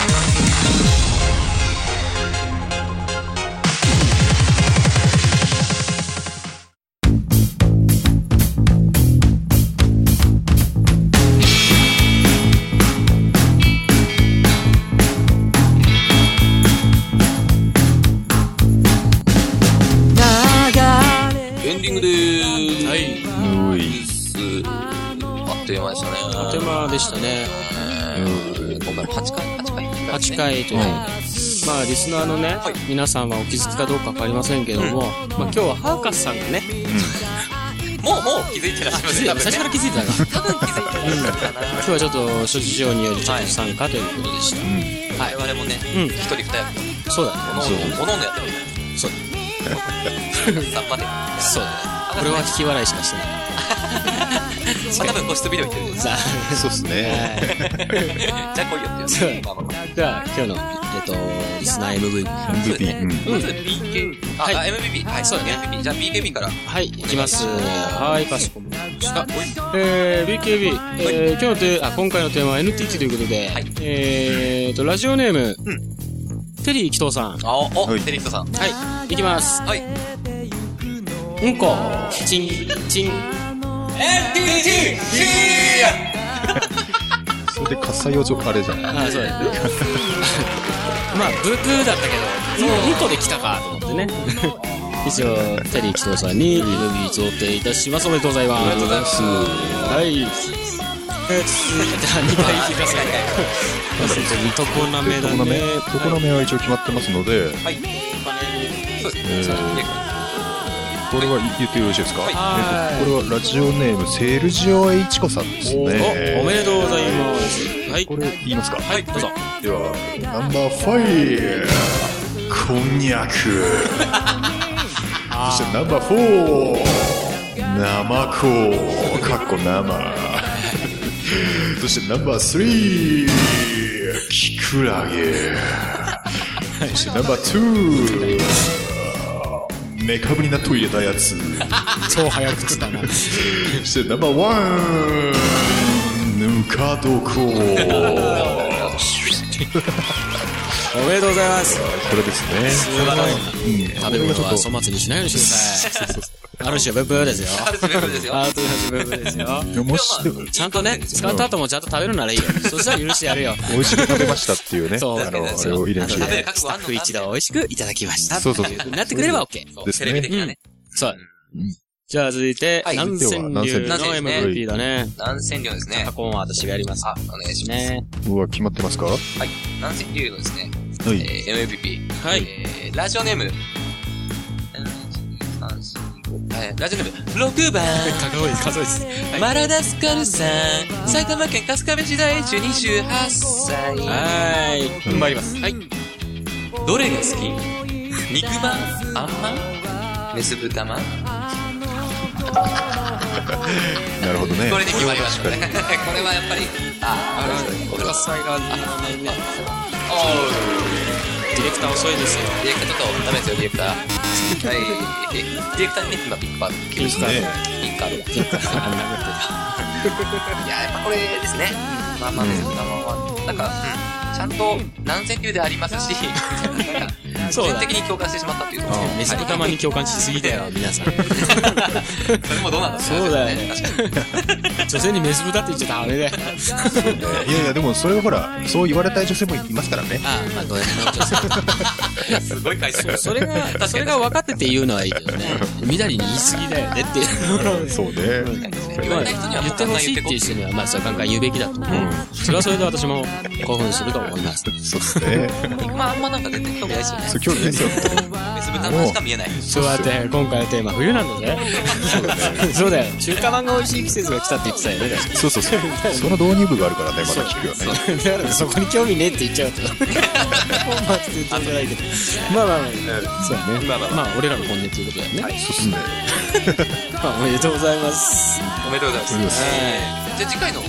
エンディングでーす。はい。 うい。 あっという間でしたね。 あっという間でしたね。 今回ははちかい、はちかい。 はちかいという。まあ、リスナーのね、皆さんはお気づきかどうかわかりませんけども、まあ今日はハーカスさんがね、 もう、もう気づいてらっしゃいますね。 最初から気づいてたか多分気づいてらっしゃるかな。 今日はちょっと諸事情によりちょっと参加ということでした。 我々もね、一人二役。 そうだね。 おのおのやってる。 そうだね。 さんまで。 そうだね。これは引き笑いしかしてない。 まあ多分個室ビデオいってる。 さあ、そうっすね。 じゃあ来いよってやつ。まあまあまあ。 じゃあ、今日の、えっと、リスナー エムブイ。 エムブイピー。 まず ビーケービー。あ、エムブイピー。はい、そうだね。エムブイピー。じゃあ ビーケービー から。 はい、いきます。はい、かしこまりました。えー、ビーケービー。えー、今日のテあ、今回のテーマは エヌティーティー ということで、えーと、ラジオネーム、テリー紀藤さん。 あ、お、テリー紀藤さん。 はい、いきます。 はい。 うんこ、チン、チン。 エヌティーティーそれで喝采用上あれじゃん。 あ、そうだね。まあ、ブーブーだったけど、うんこで来たかと思ってね。以上、テリー紀藤さんに エムビー 贈呈いたします。おめでとうございます。 ありがとうございます。 はい。えー、続いてはにかい聞かせて。常滑だね。 常滑は一応決まってますので、 はい。そうですね。 これは言ってよろしいですか？ はい。 えっと、これはラジオネームセルジオエイチコさんですね。 おめでとうございます。はい。 これ言いますか？ はい、どうぞ。 では、ナンバーファイブ、こんにゃく。そしてナンバーフォー、ナマコ、かっこ生。そしてナンバースリー、キクラゲ。そしてナンバーツー、メカブに納豆入れたやつ。 超早口だな。 そしてナンバーワン、ぬか床。 おめでとうございます。 これですね。 素晴らしい。食べ物は粗末にしないようにしてください。ある種ブーブーですよ。 ある種ブーブーですよ。 ある種ブーブーですよ。 もし、 ちゃんとね、使った後もちゃんと食べるならいいよ。そしたら許してやるよ。 美味しく食べましたっていうね。 そう。 あの、あれを入れましょう。 食べる覚スタッフ一同美味しくいただきました。 そうそう。 なってくれれば OK。 ですね。 テレビ的なね。 そう。じゃあ続いて、南川流の エムブイピー だね。 南川流ですね。 過去は私がやります。 あ、お願いします。 うわ、決まってますか？ はい。南川流のですね、えー、エムブイピー。 はい。 えー、ラジオネーム、ラジオネーム、ろくばん。 数えです、数えです。 マラダスカルさん。埼玉県春日部市在住にじゅうはっさい。 はーい。 参ります。はい。どれが好き？肉まん？あんまん？メス豚まん？ なるほどね。 これで決まりましたね。これはやっぱり、あ、あるんですね。これは。 才が、あのね、 おー。 ディレクター遅いですよ。 ディレクターちょっとダメですよ、ディレクター。はい。ディレクターにね、今ピックパード。 ピンクカード。 ピンクカード。ピンクカード。いや、やっぱこれですね。まあまあ、まあまあ、なんか、ちゃんと南川流でありますし、そう的に共感してしまったっていう。 メス豚まんに共感しすぎだよ、皆さん。それもどうなんだそうだよね。女性にメス豚って言っちゃダメだよ。 いやいや、でもそれはほら、そう言われたい女性もいますからね。 ああ、まあ、どうやって女性。 すごい回数。 それが、それが分かってて言うのはいいけどね。みだりに言い過ぎだよねっていう。 そうね。 言ってほしいっていう人には、まあ、そうガンガン言うべきだと思う。それはそれで私も興奮すると思います。 そうですね。 まあ、あんまなんか全然興味ないですよね。 そう、興味ないですよ。 メス豚まんしか見えない。 そうやって、今回のテーマ、冬なんだぜ。そうだよ。中華まんが美味しい季節が来たって言ってたよね。 そうそうそう。その導入部があるからね、まだ聞くよね。 だからそこに興味ねえって言っちゃうと。まあ、って言ったんじゃないけど。まあまあまあ、そうだね。まあまあ、俺らの本音っていうことだよね。 はい、そうですね。 おめでとうございます。 おめでとうございます。じゃあ次回の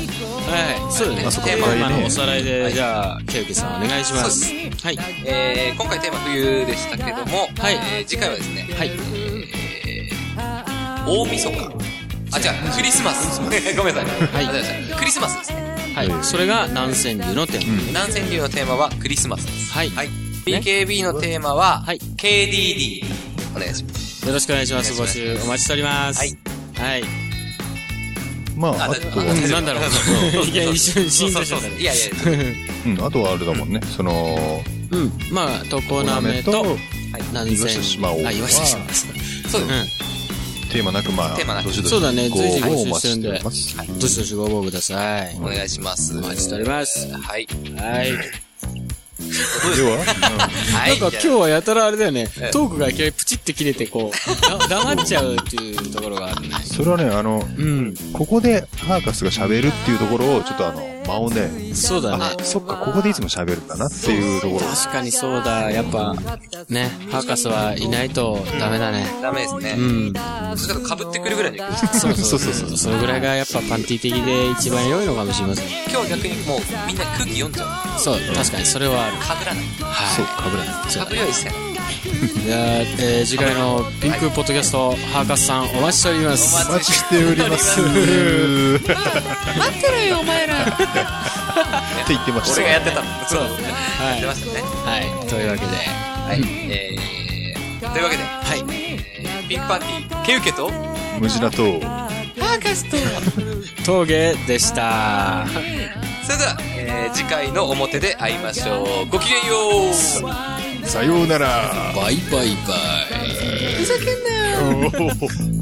はい。そうだね。 テーマ今のおさらいで、じゃあ、ケウケさんお願いします。はい。 えー、今回テーマ冬でしたけども、 はい。 えー、次回はですね、 はい。 えー、大晦日。あ、違う、クリスマス。ごめんなさい。はい。クリスマスですね。 はい。それが南川流のテーマ。 南川流のテーマはクリスマスです。 はい。 はい。ピーケービー のテーマは、はい。ケーディーディー。お願いします。 よろしくお願いします。募集お待ちしております。はい。はい。 まあ、あとは、 なんだろう。いや、一瞬、シーンとしたから。 いやいや。 うん、あとはあれだもんね。その、 うん。まあ、常滑と、南川。 岩下島を。 あ、岩下島です。 そうです。 テーマなく、まあ、 テーマなく。 そうだね。随時募集してるんで。 どしどしご応募ください。 お願いします。 お待ちしております。 はい。 はい。 では、 なんか今日はやたらあれだよね。トークがいきなりプチって切れてこう、黙っちゃうっていうところがあるね。 それはね、あの、うん、ここでハーカスが喋るっていうところを、ちょっとあの、間をね、 そうだね。 そっか、ここでいつも喋るんだなっていうところ。 確かにそうだ。やっぱ、ね、ハーカスはいないとダメだね。 ダメですね。 うん。 ちょっと被ってくるぐらいに。 そうそうそうそう。それぐらいがやっぱパンティ的で一番良いのかもしれません。 今日逆にもうみんな空気読んじゃう。 そう、確かにそれはある。 被らない。 はい。 そう、被らない。 被りは一切ない。 じゃあ、えー、次回のピンクポッドキャスト、ハーカスさんお待ちしております。 お待ちしております。 待ってろよ、お前ら。 って言ってました。 俺がやってたの。 そう。 やってましたね。 はい。というわけで。 はい。えー、というわけで。はい。ピンクパーティー、ケウケと、 ムジナと、 ハーカスと、 峠でした。 それでは、えー、次回の表で会いましょう。ごきげんよう。 さようなら。 バイバイバイ。 ふざけんなよ。